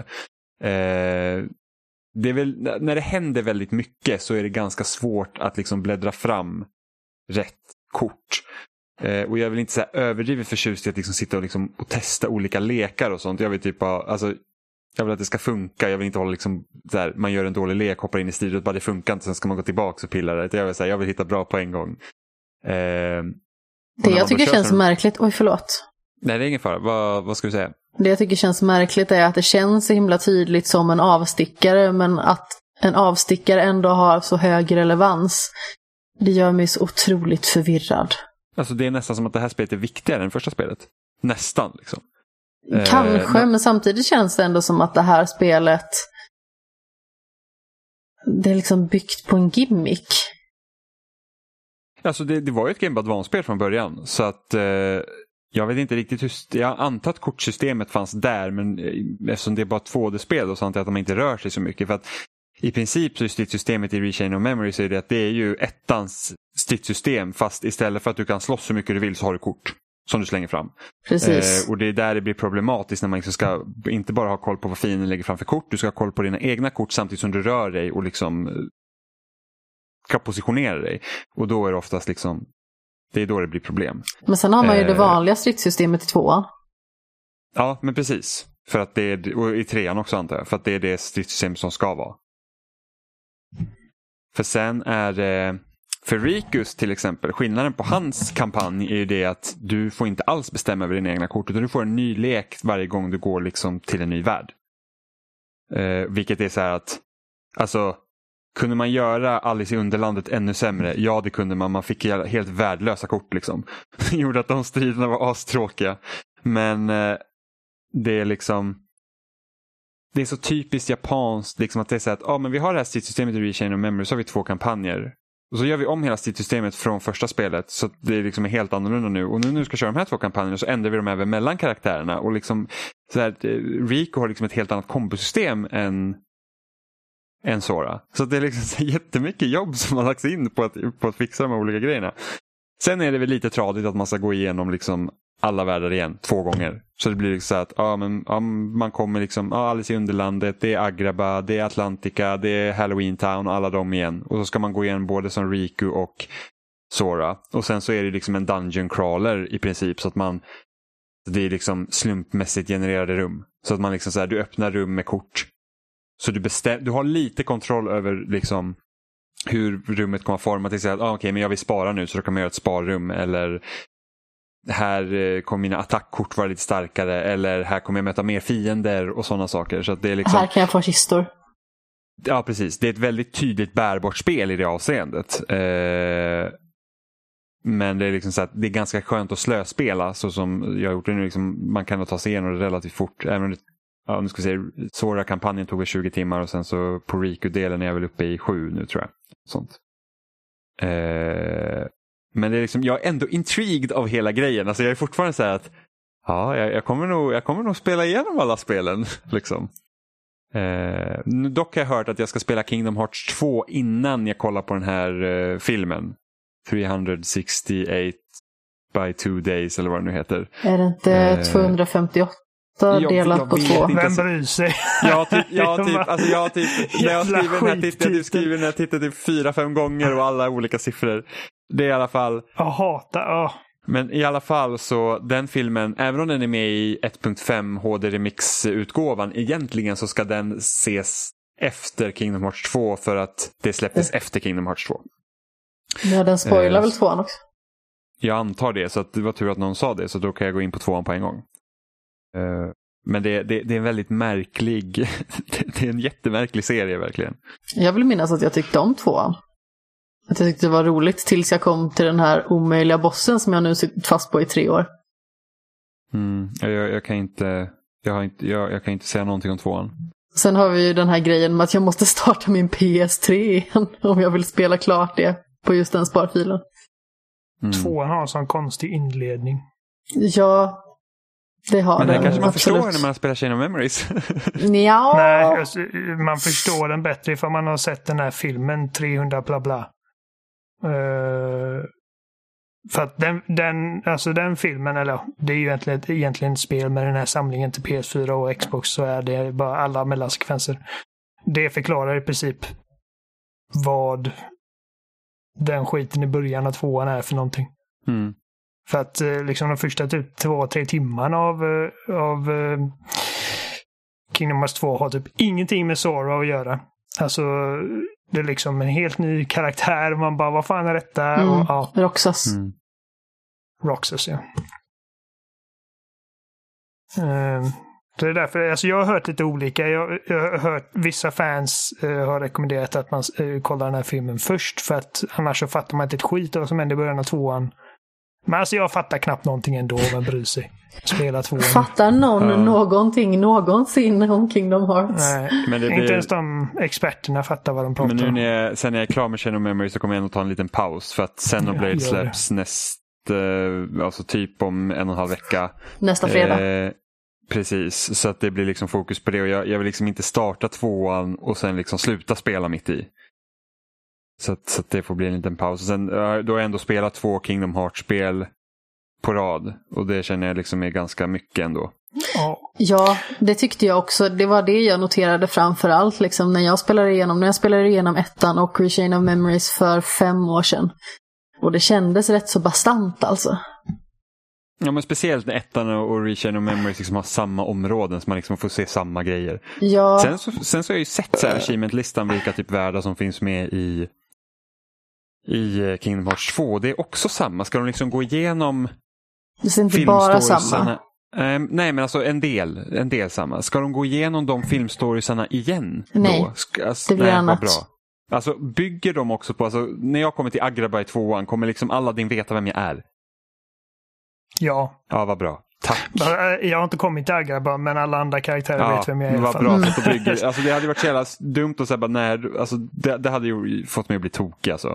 Eh, det är väl, när det händer väldigt mycket så är det ganska svårt att liksom bläddra fram rätt kort. Eh, och jag vill inte så här överdrivet förtjust i att liksom sitta och, liksom, och testa olika lekar och sånt. Jag vill typ ha, alltså, jag vill att det ska funka. Jag vill inte hålla liksom så här, man gör en dålig lek, hoppar in i stridet, bara det funkar inte, sen ska man gå tillbaka och pilla det. Jag vill, så här, jag vill hitta bra på en gång. Eh, det jag tycker känns märkligt, oj förlåt. Nej, det är ingen fara. Vad, vad ska du säga? Det jag tycker känns märkligt är att det känns så himla tydligt som en avstickare, men att en avstickare ändå har så hög relevans. Det gör mig så otroligt förvirrad. Alltså det är nästan som att det här spelet är viktigare än första spelet. Nästan liksom. Kanske, eh, men samtidigt känns det ändå som att det här spelet, det är liksom byggt på en gimmick. Alltså det, det var ju ett Game Boy Advance-spel från början, så att eh, jag vet inte riktigt hur, jag antar att kortsystemet fanns där, men eftersom det är bara två D-spel så antar jag att de inte rör sig så mycket, för att i princip så är stridssystemet i Re-Chain of Memories så är det att det är ju ettans stridssystem, fast istället för att du kan slåss så mycket du vill så har du kort. som du slänger fram. Precis. Eh, och det är där det blir problematiskt när man liksom ska inte bara ha koll på vad fienden lägger fram för kort, du ska ha koll på dina egna kort samtidigt som du rör dig och liksom ska positionera dig. Och då är det oftast liksom, det är då det blir problem. Men sen har man ju eh, det vanliga stridssystemet i tvåan. Ja, men precis. För att det är, och i trean också antar jag, för att det är det stridssystem som ska vara. För sen är det, för Rikus till exempel, skillnaden på hans kampanj är ju det att du får inte alls bestämma över dina egna kort, utan du får en ny lek varje gång du går liksom till en ny värld. Eh, vilket är så här att, alltså, kunde man göra Alice i Underlandet ännu sämre? Ja, det kunde man. Man fick helt värdelösa kort liksom. Det gjorde att de striderna var astråkiga. Men eh, det är liksom, det är så typiskt japanskt liksom, att det är så att ah, men vi har det här stridssystemet i Rechain of Memory, så har vi två kampanjer. Och så gör vi om hela stridssystemet från första spelet, så det är liksom helt annorlunda nu. Och nu när du ska köra de här två kampanjerna så ändrar vi dem även mellan karaktärerna. Och liksom, så här, Rico har liksom ett helt annat kombosystem än, än Sora. Så det är liksom så jättemycket jobb som har lagts in på att, på att fixa de här olika grejerna. Sen är det väl lite tradigt att man ska gå igenom liksom alla världar igen två gånger. Så det blir liksom så att ja, men, ja, man kommer liksom, ja, Alice i Underlandet, det är Agrabah, det är Atlantica, det är Halloween Town och alla dem igen. Och så ska man gå igenom både som Riku och Sora. Och sen så är det liksom en dungeon crawler i princip, så att man, det är liksom slumpmässigt genererade rum. Så att man liksom så här, du öppnar rum med kort. Så du bestäm, du har lite kontroll över liksom hur rummet kommer att forma till sig att ah, okej, okay, men jag vill spara nu, så då kan man göra ett sparrum, eller här kommer mina attackkort vara lite starkare, eller här kommer jag möta mer fiender och sådana saker. Så att det är liksom, här kan jag få kistor. Ja, precis. Det är ett väldigt tydligt bärbart spel i det avseendet. Eh, men det är liksom så att det är ganska skönt att slöspela, så som jag har gjort det nu. Liksom, man kan ta sig igenom det relativt fort. Även om det, ja, nu ska säga, Sora-kampanjen tog tjugo timmar, och sen så på Riku-delen är jag väl uppe i sju nu, tror jag. Sånt. Eh, Men det är liksom, jag är ändå intrigued av hela grejen. Alltså jag är fortfarande så här att ja, jag, jag, kommer nog, jag kommer nog spela igenom alla spelen. Liksom. Eh, dock har jag hört att jag ska spela Kingdom Hearts två innan jag kollar på den här eh, filmen. trehundrasextioåtta by two days, eller vad det nu heter. Är det inte eh, tvåhundrafemtioåtta jag, delat jag på två? Vem bryr sig? Ja, typ, ja, typ, alltså jag typ, när jag skriver den här titeln, jag skriver den här titeln typ fyra, fem gånger och alla olika siffror. Det är i alla fall... Jag hatar, oh. Men i alla fall så, den filmen, även om den är med i ett punkt fem H D Remix-utgåvan, egentligen så ska den ses efter Kingdom Hearts två, för att det släpptes mm. efter Kingdom Hearts två. Ja, den spoilar uh, väl tvåan också? Jag antar det, så att det var tur att någon sa det, så då kan jag gå in på tvåan på en gång. Uh, men det, det, det är en väldigt märklig, det är en jättemärklig serie verkligen. Jag vill minnas att jag tyckte om tvåan. Att jag tyckte det var roligt tills jag kom till den här omöjliga bossen som jag nu suttit fast på i tre år. Mm, jag, jag kan inte jag, har inte jag, jag kan inte säga någonting om tvåan. Sen har vi ju den här grejen med att jag måste starta min P S tre igen om jag vill spela klart det på just den sparfilen. Mm. Tvåan har en sån konstig inledning. Ja, det har men den. Men kanske man absolut. förstår när man spelar Chain of Memories. Ja. Nej, alltså, man förstår den bättre för man har sett den här filmen trehundra bla bla. Uh, för att den, den, alltså den filmen, eller det är ju egentligen, egentligen ett spel med den här samlingen till P S fyra och Xbox, så är det bara alla mellansekvenser. Det förklarar i princip vad den skiten i början av tvåan är för någonting. Mm. För att liksom de första typ två, tre timmarna av, av uh, Kingdom Hearts två har typ ingenting med Sora att göra. Alltså det är liksom en helt ny karaktär. Man bara, vad fan är detta? Mm. Och, ja. Roxas. Mm. Roxas, ja. Um, det är därför, alltså jag har hört lite olika. Jag, jag har hört vissa fans uh, har rekommenderat att man uh, kollar den här filmen först. För att annars så fattar man inte ett skit av vad som händer i början av tvåan. Men alltså jag fattar knappt någonting ändå, vem bryr sig. Spela tvåan. Fattar någon ja. någonting någonsin om Kingdom Hearts? Nej, men det blir... inte ens de experterna fattar vad de pratar om. Men nu när jag, sen när jag är klar med Chain of Memory så kommer jag nog ta en liten paus. För att Xenoblade ja, släpps näst, eh, alltså typ om en och en halv vecka. Nästa fredag. Eh, precis, så att det blir liksom fokus på det. Och jag, jag vill liksom inte starta tvåan och sen liksom sluta spela mitt i. Så att, så att det får bli en liten paus. Och sen, då har jag ändå spelat två Kingdom Hearts-spel. på rad. Och det känner jag liksom är ganska mycket ändå. Ja. Ja, det tyckte jag också. Det var det jag noterade framför allt liksom, när jag spelade igenom, när jag spelade igenom ettan och Rechain of Memories för fem år sedan. Och det kändes rätt så bastant alltså. Ja, men speciellt när ettan och Rechain of Memories liksom har samma områden, så man liksom får se samma grejer. Ja. Sen så, sen så har jag ju sett så här achievement-listan vilka typ världar som finns med i i Kingdom Hearts två. Det är också samma. Ska de liksom gå igenom det är inte bara samma. Filmstoriesarna? Um, nej, men alltså en del, en del samma. Ska de gå igenom de filmstoriesarna igen? Nej, då? Ska, alltså, det blir nej, annat. Bra. Alltså bygger de också på, alltså, när jag kommer till Agrabah i tvåan kommer liksom alla din veta vem jag är? Ja. Ja, vad bra. Tack. Jag har inte kommit till Agrabah, men alla andra karaktärer Ja, vet vem jag är. Vad bra sätt att bygga. Alltså, det hade varit så jävla dumt att säga bara, nej, alltså, det, det hade ju fått mig att bli tokig alltså.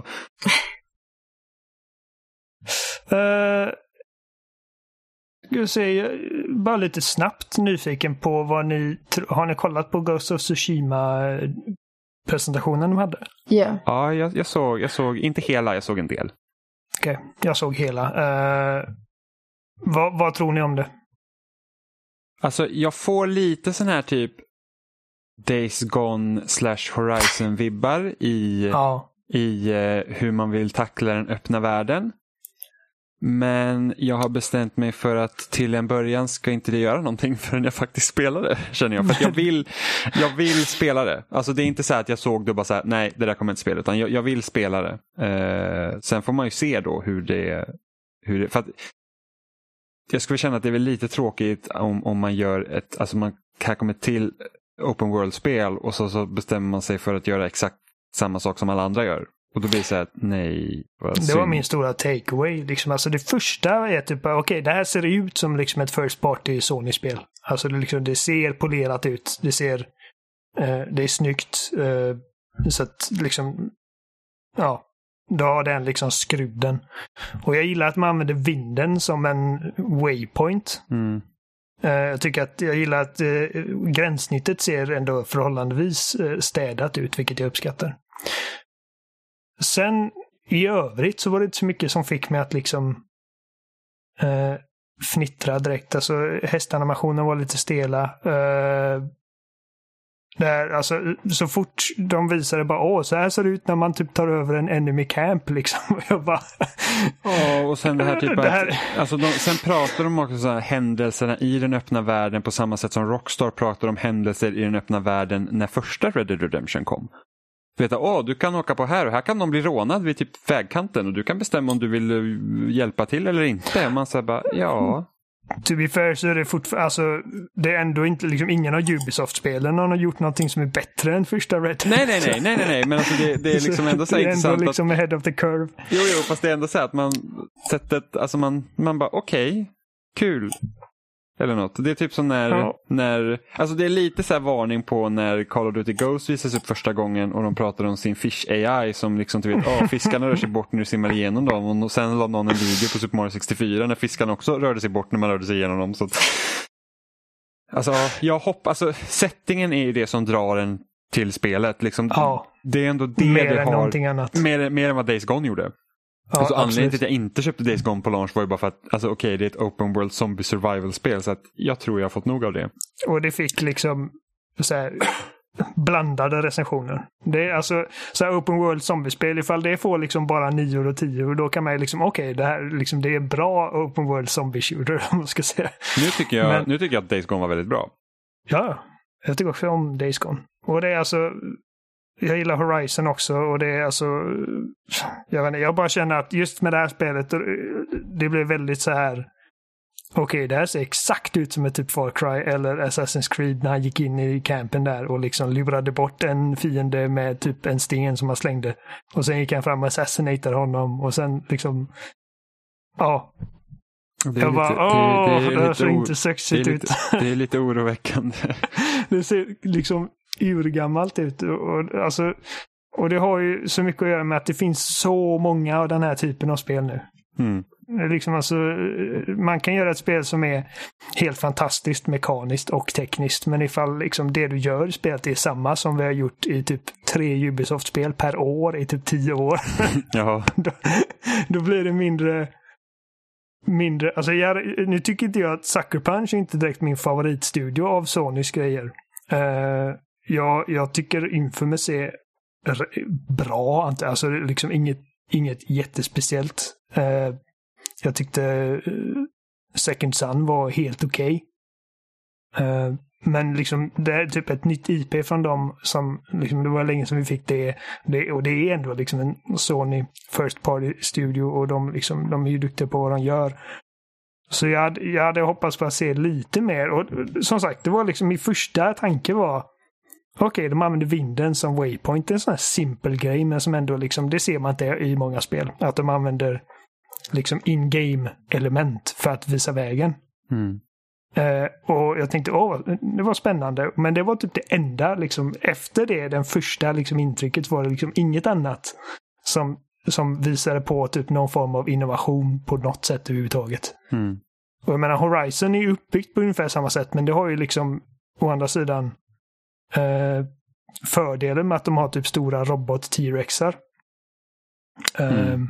Uh, jag säger bara lite snabbt nyfiken på vad ni har ni kollat på Ghost of Tsushima-presentationen de hade? Yeah. Ja, jag, jag såg, jag såg inte hela, jag såg en del. Okej, okay, jag såg hela. Uh, vad, vad tror ni om det? Alltså, jag får lite sån här typ Days Gone slash Horizon-vibbar i, ja. i uh, hur man vill tackla den öppna världen. Men jag har bestämt mig för att till en början ska inte det göra någonting förrän jag faktiskt spelar det, känner jag. För att jag vill, jag vill spela det. Alltså det är inte så att jag såg det och bara så här, nej, det där kommer inte spela. Utan jag, jag vill spela det. Eh, sen får man ju se då hur det... Hur det för att jag skulle känna att det är väl lite tråkigt om, om man gör ett... Alltså man här kommer till open world-spel och så, så bestämmer man sig för att göra exakt samma sak som alla andra gör. Och då blir det så här att nej. Det var min stora takeaway. Liksom. Alltså det första är typ, okej, okay, det här ser ut som liksom ett first party Sony-spel. Alltså det, liksom, det ser polerat ut. Det ser, eh, det är snyggt. Eh, så att liksom, ja, då har den liksom skrudden. Och jag gillar att man använder vinden som en waypoint. Mm. Eh, jag tycker att jag gillar att eh, gränssnittet ser ändå förhållandevis eh, städat ut, vilket jag uppskattar. Sen i övrigt så var det inte så mycket som fick mig att liksom eh, fnittra direkt. Alltså hästanimationen var lite stela. Eh, där, alltså, så fort de visade bara, åh, så här ser det ut när man typ tar över en enemy camp liksom. Och jag bara... Ja, och sen det här typ det här... att, alltså de, sen pratar de också så här, händelserna i den öppna världen på samma sätt som Rockstar pratar om händelser i den öppna världen när första Red Dead Redemption kom. Veta, åh, du kan åka på här och här kan de bli rånad vid typ vägkanten och du kan bestämma om du vill hjälpa till eller inte. Man säger bara, ja. To be fair så är det fortfarande, alltså det är ändå inte, liksom ingen av Ubisoft-spelen har gjort någonting som är bättre än första Red Dead. Nej, nej, nej, nej, nej, nej. Men alltså det, det är liksom ändå så intressant. Det är ändå liksom att, ahead of the curve. Jo, jo, fast det är ändå så att man sättet, alltså man, man bara, okej, okay, kul. Eller något. Det är typ som när, ja. när alltså det är lite så här varning på när Call of Duty Ghost visas upp första gången och de pratar om sin Fish A I som liksom, du vet, åh, fiskarna rör sig bort när du simmar igenom dem och sen la någon en video på Super Mario sextiofyra när fiskarna också rörde sig bort när man rörde sig igenom dem. Så att, alltså, jag hoppas, alltså settingen är ju det som drar en till spelet. Liksom, ja. Det är ändå det mer det än har. Någonting annat. Mer, mer än vad Days Gone gjorde. Ja, alltså, anledningen till att jag inte köpte Days Gone på launch var ju bara för att alltså, okej, okay, det är ett open world zombie survival-spel så att jag tror jag har fått nog av det. Och det fick liksom så här, blandade recensioner. Det är alltså så här open world zombie-spel, ifall det får liksom bara nio och tio och då kan man ju liksom, okej, okay, det här liksom, det är bra open world zombie-shooter om man ska säga. Nu tycker jag, Men, nu tycker jag att Days Gone var väldigt bra. Ja, jag tycker också om Days Gone. Och det är alltså, jag gillar Horizon också och det är alltså, jag vet inte, jag bara känner att just med det här spelet det blev väldigt så här, okej, okay, det här ser exakt ut som ett typ Far Cry eller Assassin's Creed när han gick in i campen där och liksom lurade bort en fiende med typ en sten som han slängde och sen gick han fram och assassinatade honom och sen liksom, ja. Det jag lite, bara, åh, det, det, det, det ser or- inte sexigt det ut. Det är lite oroväckande. Det ser liksom urgammalt ut. Och, alltså, och det har ju så mycket att göra med att det finns så många av den här typen av spel nu. Mm. Liksom alltså, man kan göra ett spel som är helt fantastiskt mekaniskt och tekniskt, men ifall liksom det du gör i spelet är samma som vi har gjort i typ tre Ubisoft-spel per år i typ tio år, ja. då, då blir det mindre mindre, alltså jag, nu tycker inte jag att Sucker Punch är inte direkt min favoritstudio av Sonys grejer. Uh, jag, jag tycker Infamous är r- bra, alltså liksom inget, inget jättespeciellt. Uh, jag tyckte uh, Second Son var helt okej. Okay. Uh, men liksom det är typ ett nytt I P från dem som liksom, det var länge som vi fick det, det och det är ändå liksom en Sony First Party Studio och de, liksom, de är ju duktiga på vad de gör. Så jag hade, jag hade hoppats på att se lite mer och som sagt, det var liksom min första tanke var okej, okay, de använder vinden som waypoint, en sån här simpel grej men som ändå liksom, det ser man inte i många spel, att de använder liksom in-game element för att visa vägen. Mm. Uh, och jag tänkte, åh, det var spännande. Men det var typ det enda, liksom, efter det, den första liksom, intrycket var det liksom inget annat som, som visade på typ någon form av innovation på något sätt överhuvudtaget. Mm. Och jag menar, Horizon är ju uppbyggt på ungefär samma sätt, men det har ju liksom å andra sidan uh, fördelen med att de har typ stora robot-T-rexar. Uh, mm.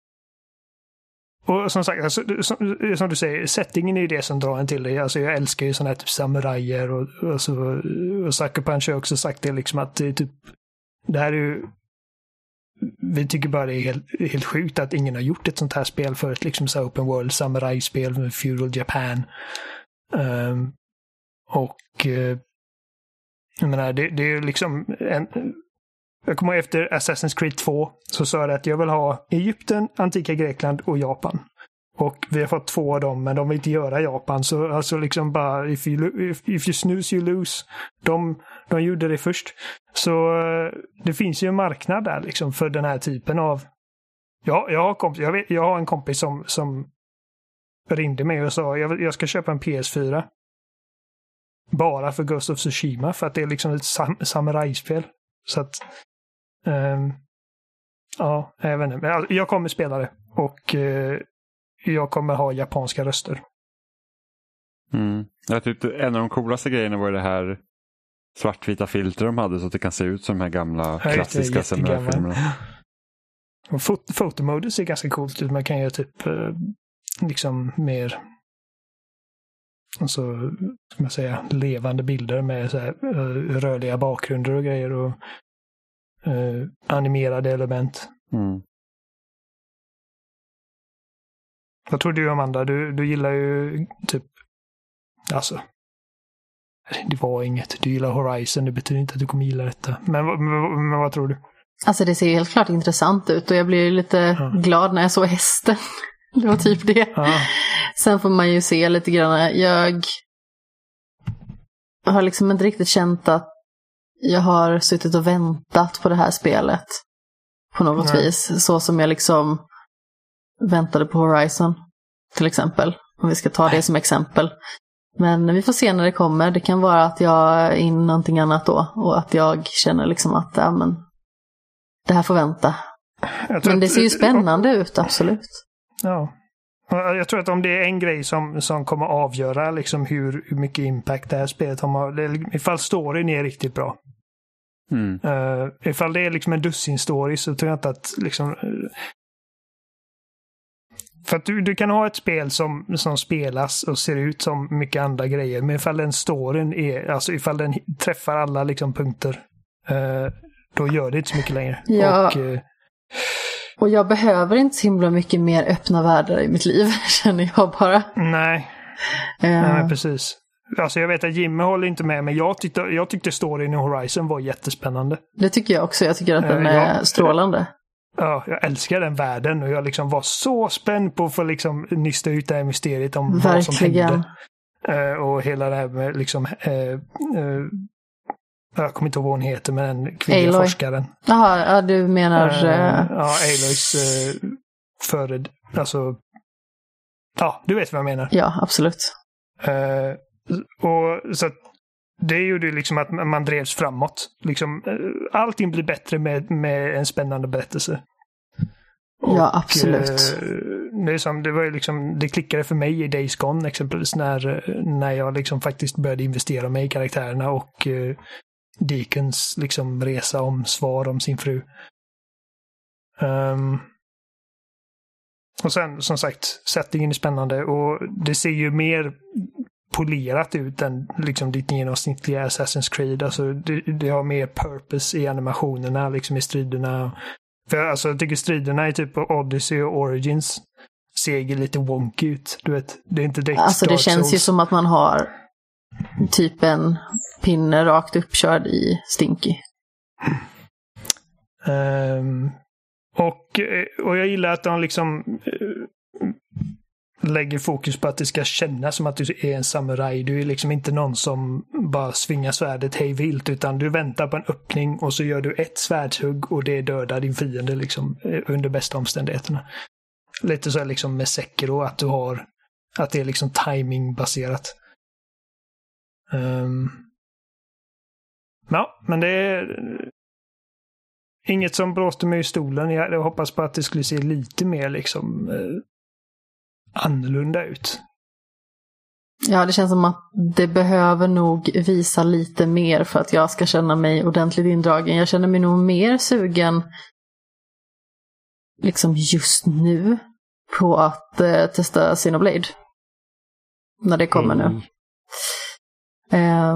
Och som sagt, alltså, som, som du säger, settingen är ju det som drar en till det. Alltså, jag älskar ju sådana här typ samurajer och, och, så, och Sucker Punch har också sagt det liksom att det är typ, det här är ju, vi tycker bara det är helt, helt sjukt att ingen har gjort ett sånt här spel förut, liksom så open world samurajspel med feudal Japan. Um, och uh, jag menar, det, det är ju liksom en, jag kommer ihåg efter Assassin's Creed två så sa jag att jag vill ha Egypten, antika Grekland och Japan. Och vi har fått två av dem, men de vill inte göra Japan. Så alltså liksom bara, if you, if, if you snooze you lose. De, de gjorde det först. Så det finns ju en marknad där liksom för den här typen av... Ja, jag har, kompis, jag vet, jag har en kompis som, som ringde mig och sa jag, jag ska köpa en P S fyra. Bara för Ghost of Tsushima, för att det är liksom ett sam, samurajspel. Så att Um, ja, jag vet inte. Men jag kommer spela det och uh, jag kommer ha japanska röster. Mm. Jag tyckte en av de coolaste grejerna var det här svartvita filter de hade så att det kan se ut som de här gamla klassiska samurajfilmerna. Fot- fotomodus är ganska coolt. Man kan göra typ uh, liksom mer alltså, ska man säga, levande bilder med så här, uh, rörliga bakgrunder och grejer och Uh, animerade element. Mm. Vad tror du, Amanda? Du, du gillar ju typ alltså det var inget. Du gillar Horizon, det betyder inte att du kommer gilla detta. Men, men, men vad tror du? Alltså det ser helt klart intressant ut och jag blir lite ja. glad när jag såg hästen. Det var typ det. Ja. Sen får man ju se lite grann. Jag har liksom inte riktigt känt att jag har suttit och väntat på det här spelet på något Nej. vis. Så som jag liksom väntade på Horizon till exempel. Om vi ska ta det som exempel. Men vi får se när det kommer. Det kan vara att jag är in någonting annat då. Och att jag känner liksom att ja, men, det här får vänta. Men det ser ju spännande att, ut, absolut. Ja. Jag tror att om det är en grej som, som kommer avgöra liksom hur, hur mycket impact det här spelet har, ifall storyn är riktigt bra. Mm. Uh, ifall det är liksom en dussin story så tror jag inte att liksom uh, för att du, du kan ha ett spel som, som spelas och ser ut som mycket andra grejer, men ifall den storyn är, alltså ifall den träffar alla liksom punkter uh, då gör det inte så mycket längre. Ja. Och, uh, och jag behöver inte så himla mycket mer öppna världar i mitt liv, känner jag bara. Nej, uh. Nej precis. Alltså jag vet att Jimmy håller inte med, men jag tyckte, jag tyckte storyn i Horizon var jättespännande. Det tycker jag också. Jag tycker att den är jag, strålande. Ja, jag älskar den världen och jag liksom var så spänd på att få liksom nysta ut det här mysteriet om Verkligen. Vad som hände. Uh, och hela det här med liksom uh, uh, jag kommer inte ihåg vad hon heter, men den kvinnliga Aloy. forskaren. Jaha, ja, du menar... Uh, uh, ja, Aloys uh, före... Alltså... Ja, du vet vad jag menar. Ja, absolut. Uh, och så att det gjorde ju liksom att man drevs framåt. Liksom, allting blir bättre med, med en spännande berättelse. Och, ja, absolut. Eh, det, är som, det var ju liksom, det klickade för mig i Days Gone exempelvis när, när jag liksom faktiskt började investera mig i karaktärerna och eh, Deacons liksom resa om svar om sin fru. Um, Och sen som sagt, settingen är spännande och det ser ju mer polerat ut än liksom ditt genomsnittliga Assassin's Creed. Alltså det, det har mer purpose i animationerna, liksom i striderna. För alltså jag tycker striderna i typ Odyssey och Origins ser lite wonky ut. Du vet, det är inte direkt Alltså det Dark känns Souls. ju som att man har typ en pinne rakt uppkörd i Stinky. Um, och, och jag gillar att de liksom uh, lägger fokus på att det ska kännas som att du är en samuraj. Du är liksom inte någon som bara svingar svärdet hej vilt, utan du väntar på en öppning och så gör du ett svärdshugg och det dödar din fiende liksom under bästa omständigheterna. Lite så här liksom med Sekiro, att du har att det är liksom timingbaserat. Um, ja, men det är inget som blåste mig i stolen. Jag, jag hoppas på att det skulle se lite mer liksom eh, annorlunda ut. Ja, det känns som att det behöver nog visa lite mer för att jag ska känna mig ordentligt indragen. Jag känner mig nog mer sugen liksom just nu på att eh, testa Xenoblade. När det kommer mm. nu. Eh,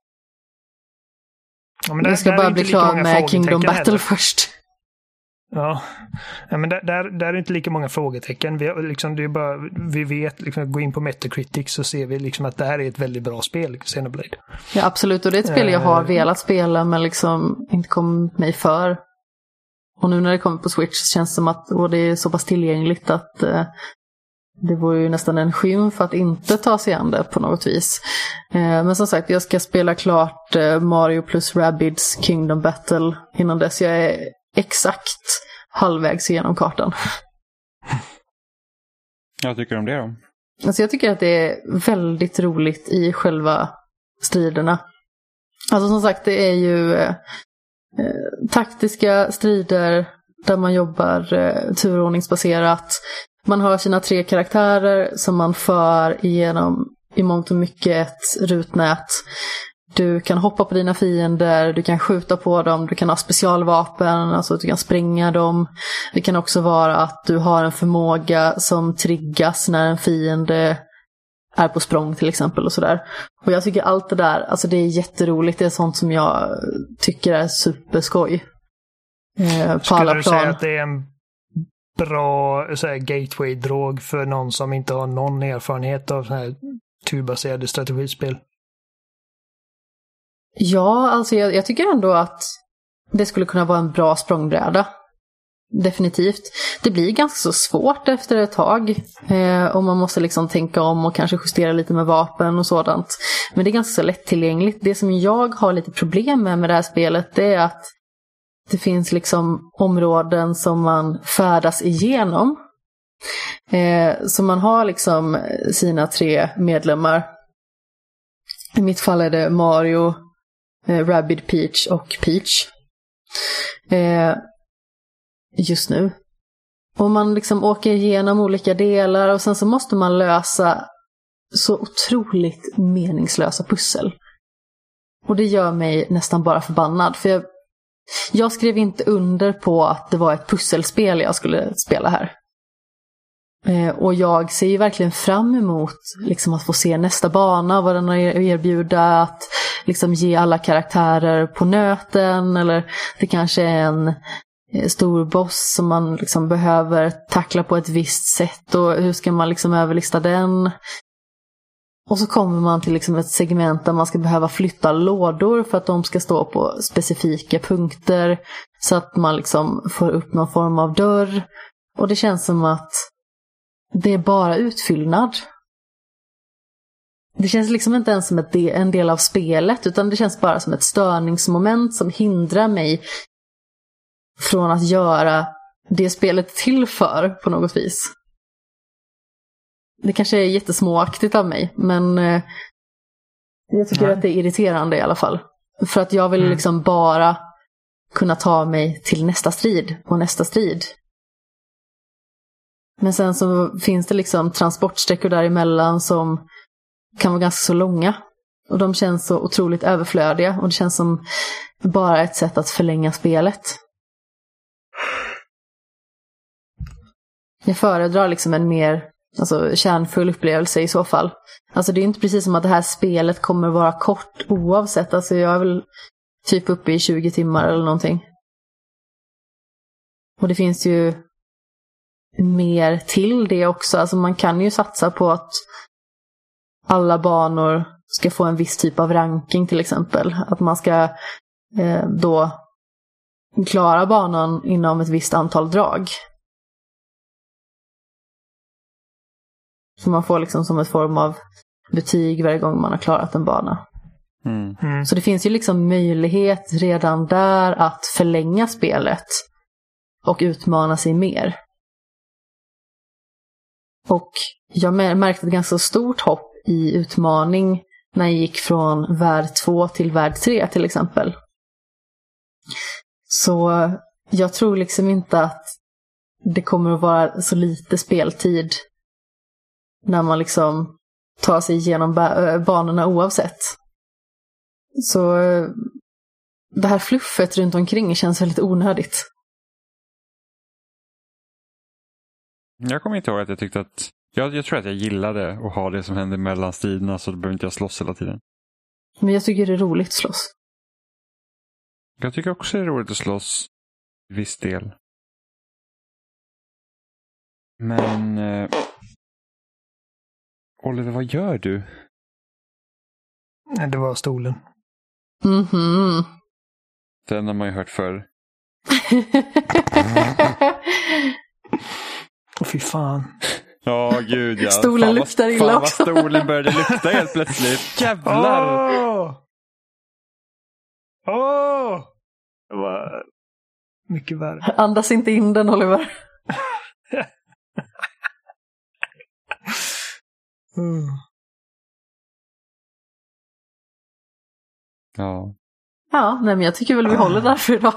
ja, men där, jag ska bara bli klar med Kingdom Battle heller. Först. Ja, ja men där, där, där är inte lika många frågetecken. Vi, liksom, det är bara, vi vet, liksom, gå in på Metacritic så ser vi liksom att det här är ett väldigt bra spel, Xenoblade. Ja, absolut. Och det är ett spel jag har velat spela men liksom inte kommit mig för. Och nu när det kommer på Switch så känns det som att och det är så pass tillgängligt att eh, det vore ju nästan en skymf för att inte ta sig an det på något vis. Eh, men som sagt, jag ska spela klart eh, Mario plus Rabbids Kingdom Battle innan dess. Jag är exakt halvvägs genom kartan. Jag tycker om det då. Alltså jag tycker att det är väldigt roligt i själva striderna. Alltså som sagt, det är ju eh, taktiska strider där man jobbar eh, turordningsbaserat. Man har sina tre karaktärer som man för igenom i mångt och mycket ett rutnät. Du kan hoppa på dina fiender, du kan skjuta på dem, du kan ha specialvapen, alltså du kan spränga dem. Det kan också vara att du har en förmåga som triggas när en fiende är på språng till exempel och sådär. Och jag tycker allt det där, alltså det är jätteroligt, det är sånt som jag tycker är superskoj. Eh, på Skulle alla du plan. säga att det är en bra så här, gateway-drog för någon som inte har någon erfarenhet av så här turbaserade strategispel? Ja, alltså jag, jag tycker ändå att det skulle kunna vara en bra språngbräda. Definitivt. Det blir ganska så svårt efter ett tag. Eh, och man måste liksom tänka om och kanske justera lite med vapen och sådant. Men det är ganska så lättillgängligt. Det som jag har lite problem med med det här spelet, det är att det finns liksom områden som man färdas igenom. Eh, så man har liksom sina tre medlemmar. I mitt fall är det Mario, eh, Rabbid, Peach och Peach. Eh, just nu. Och man liksom åker igenom olika delar och sen så måste man lösa så otroligt meningslösa pussel. Och det gör mig nästan bara förbannad. För jag, jag skrev inte under på att det var ett pusselspel jag skulle spela här. Eh, och jag ser ju verkligen fram emot liksom, att få se nästa bana, vad den har erbjuda, att liksom, ge alla karaktärer på nöten, eller det kanske är en eh, stor boss som man liksom, behöver tackla på ett visst sätt och hur ska man liksom, överlista den. Och så kommer man till liksom, ett segment där man ska behöva flytta lådor för att de ska stå på specifika punkter så att man liksom, får upp någon form av dörr. Och det känns som att det är bara utfyllnad. Det känns liksom inte ens som ett de- en del av spelet, utan det känns bara som ett störningsmoment som hindrar mig från att göra det spelet till för på något vis. Det kanske är jättesmåaktigt av mig, men eh, jag tycker Nej. att det är irriterande i alla fall. För att jag vill mm. liksom bara kunna ta mig till nästa strid och nästa strid. Men sen så finns det liksom transportsträckor däremellan som kan vara ganska så långa. Och de känns så otroligt överflödiga. Och det känns som bara ett sätt att förlänga spelet. jag föredrar liksom en mer alltså, kärnfull upplevelse i så fall. Alltså det är inte precis som att det här spelet kommer vara kort oavsett. Alltså jag är väl typ uppe i tjugo timmar eller någonting. Och det finns ju mer till det också. Alltså man kan ju satsa på att alla banor ska få en viss typ av ranking till exempel. Att man ska eh, då klara banan inom ett visst antal drag. Så man får liksom som ett form av betyg varje gång man har klarat en bana. Mm. Mm. Så det finns ju liksom möjlighet redan där att förlänga spelet och utmana sig mer. Och jag märkte ett ganska stort hopp i utmaning när jag gick från värld två till värld tre till exempel. Så jag tror liksom inte att det kommer att vara så lite speltid när man liksom tar sig igenom banorna oavsett. Så det här fluffet runt omkring känns väldigt onödigt. Jag kommer inte ihåg att jag tyckte att jag, jag tror att jag gillade att ha det som händer mellan striderna, så då behöver inte jag slåss hela tiden. Men jag tycker det är roligt att slåss. Jag tycker också det är roligt att slåss i viss del. Men eh, Oliver, vad gör du? Nej, det var stolen. Mhm. Den har man ju hört förr. Åh fy fan. Ja, oh, gud ja. Stolen fan, luktar vad, illa fan, också. vad stolen började lukta helt plötsligt. Jävlar! Åh! Åh! Det var mycket värre. Andas inte in den, Oliver. mm. Ja. Ja, nej, men jag tycker väl vi håller där för idag.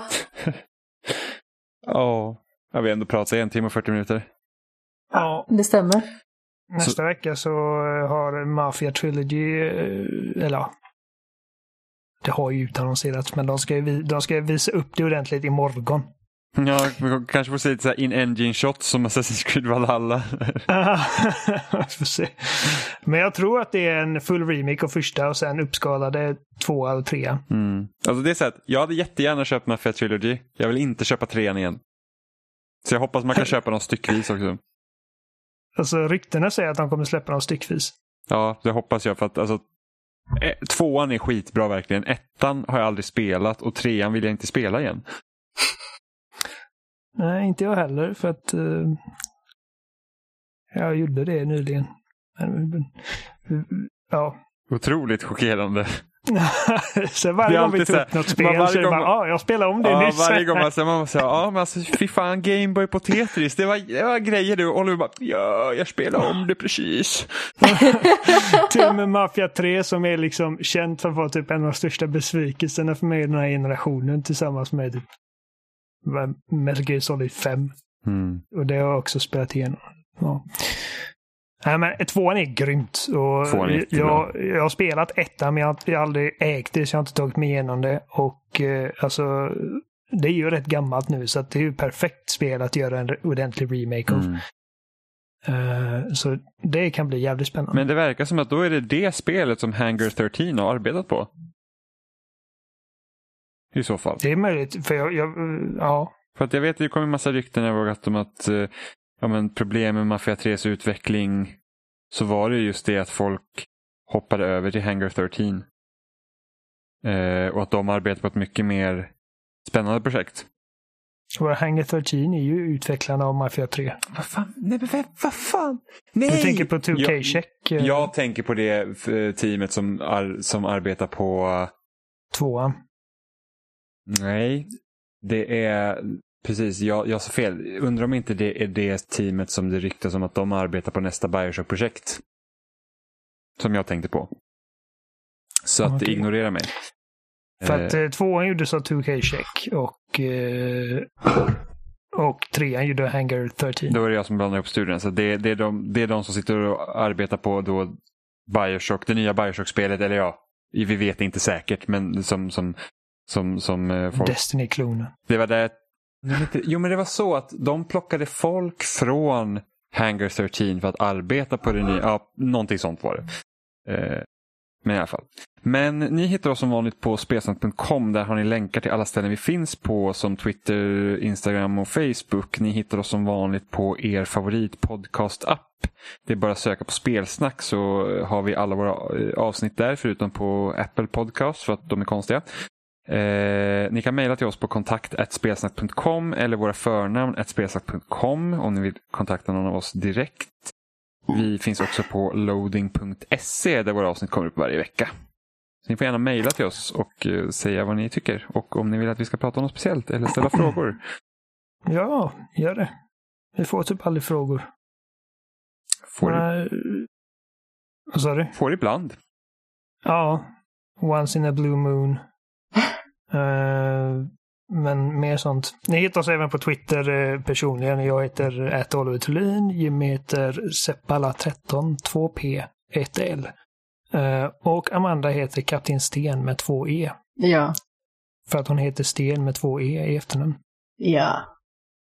Ja, jag vill ändå prata i en timme och fyrtio minuter. Ja. Det stämmer. Nästa Så... vecka så har Mafia Trilogy, eller ja, det har ju utannonserats, men de ska, ju, de ska visa upp det ordentligt imorgon. Ja, vi kanske får se lite så här in-engine shots som Assassin's Creed Valhalla. får se. Men jag tror att det är en full remake av första och sen uppskalade två eller tre. Mm. Alltså det är så att jag hade jättegärna köpt Mafia Trilogy. Jag vill inte köpa trean igen. Så jag hoppas man kan köpa dem styckvis också. Alltså ryktena säger att de kommer släppa dem styckvis. Ja, det hoppas jag, för att alltså tvåan är skitbra verkligen. Ettan har jag aldrig spelat och trean vill jag inte spela igen. Nej, inte jag heller, för att uh, jag gjorde det nyligen. Men, uh, ja. Otroligt chockerande. Så varje gång vi tog upp något spel så är det bara, ja, ah, jag spelar om det ja, nyss. Varje gång man säger, man säger, ja men alltså fy fan, Gameboy på Tetris, det var, det var grejer du. Och du bara, ja, jag spelar om det precis. Till och med Mafia tre som är liksom känt för att vara typ en av de största besvikelserna för mig i den här generationen, tillsammans med typ Metal Gear Solid fem. Mm. Och det har jag också spelat igenom. Ja. Nej, men tvåan är grymt. Och är jag, jag har spelat ettan, men jag har, jag har aldrig ägt det, så jag har inte tagit mig igenom det. Och eh, alltså, det är ju rätt gammalt nu, så att det är ju perfekt spel att göra en ordentlig remake av. Mm. Uh, så det kan bli jävligt spännande. Men det verkar som att då är det det spelet som Hangar tretton har arbetat på. I så fall. Det är möjligt, för jag, jag uh, ja. För att jag vet att det kommer en massa rykten jag vågat om att uh, ja, men problem med Mafia tres utveckling, så var det just det att folk hoppade över till Hangar tretton. Uh, och att de arbetar på ett mycket mer spännande projekt. Och Hangar tretton är ju utvecklarna av Mafia tre. Vad fan? Nej, men vad fan? Nej! Du tänker på two K-check? Jag, jag tänker på det teamet som, ar, som arbetar på... Tvåan. Nej, det är... Precis, jag, jag sa fel. Undrar om inte det är det teamet som det ryktas om att de arbetar på nästa Bioshock-projekt. Som jag tänkte på. Så att okay. ignorera mig. För att eh, tvåan gjordes av two K-check och, eh, och trean gjorde Hangar tretton. Då är det jag som blandar upp studien. Så det, det, är de, det är de som sitter och arbetar på då Bioshock, det nya Bioshock-spelet. Eller ja, vi vet inte säkert, men som, som, som, som folk... Destiny-klonen. Det var det, Jo, men det var så att de plockade folk från Hangar tretton för att arbeta på det nya. Ja, någonting sånt var det. Eh, men i alla fall. Men ni hittar oss som vanligt på spelsnack punkt com. Där har ni länkar till alla ställen vi finns på, som Twitter, Instagram och Facebook. Ni hittar oss som vanligt på er favoritpodcast-app. Det är bara att söka på Spelsnack, så har vi alla våra avsnitt där, förutom på Apple Podcast för att de är konstiga. Eh, ni kan mejla till oss på kontakt at spelsnack punkt com eller våra förnamn at spelsnack punkt com om ni vill kontakta någon av oss direkt. Vi finns också på loading punkt se där våra avsnitt kommer upp varje vecka. Så ni får gärna mejla till oss och uh, säga vad ni tycker. Och om ni vill att vi ska prata om något speciellt eller ställa frågor. Ja, gör det. Vi får typ aldrig frågor. Får uh, Vad sa du? Får ibland. Ja, once in a blue moon. uh, men mer sånt. Ni hittar oss även på Twitter uh, personligen. Jag heter at Oliver Thulin. Jimmy heter Seppala tretton, två P, ett L. Uh, och Amanda heter Kapten Sten med två E. Ja. För att hon heter Sten med två E i efternamn. Ja.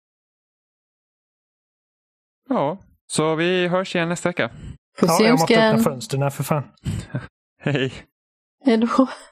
Ja, så vi hörs igen nästa vecka. Ja, jag måste öppna fönsterna för fan. Hej. Hej då.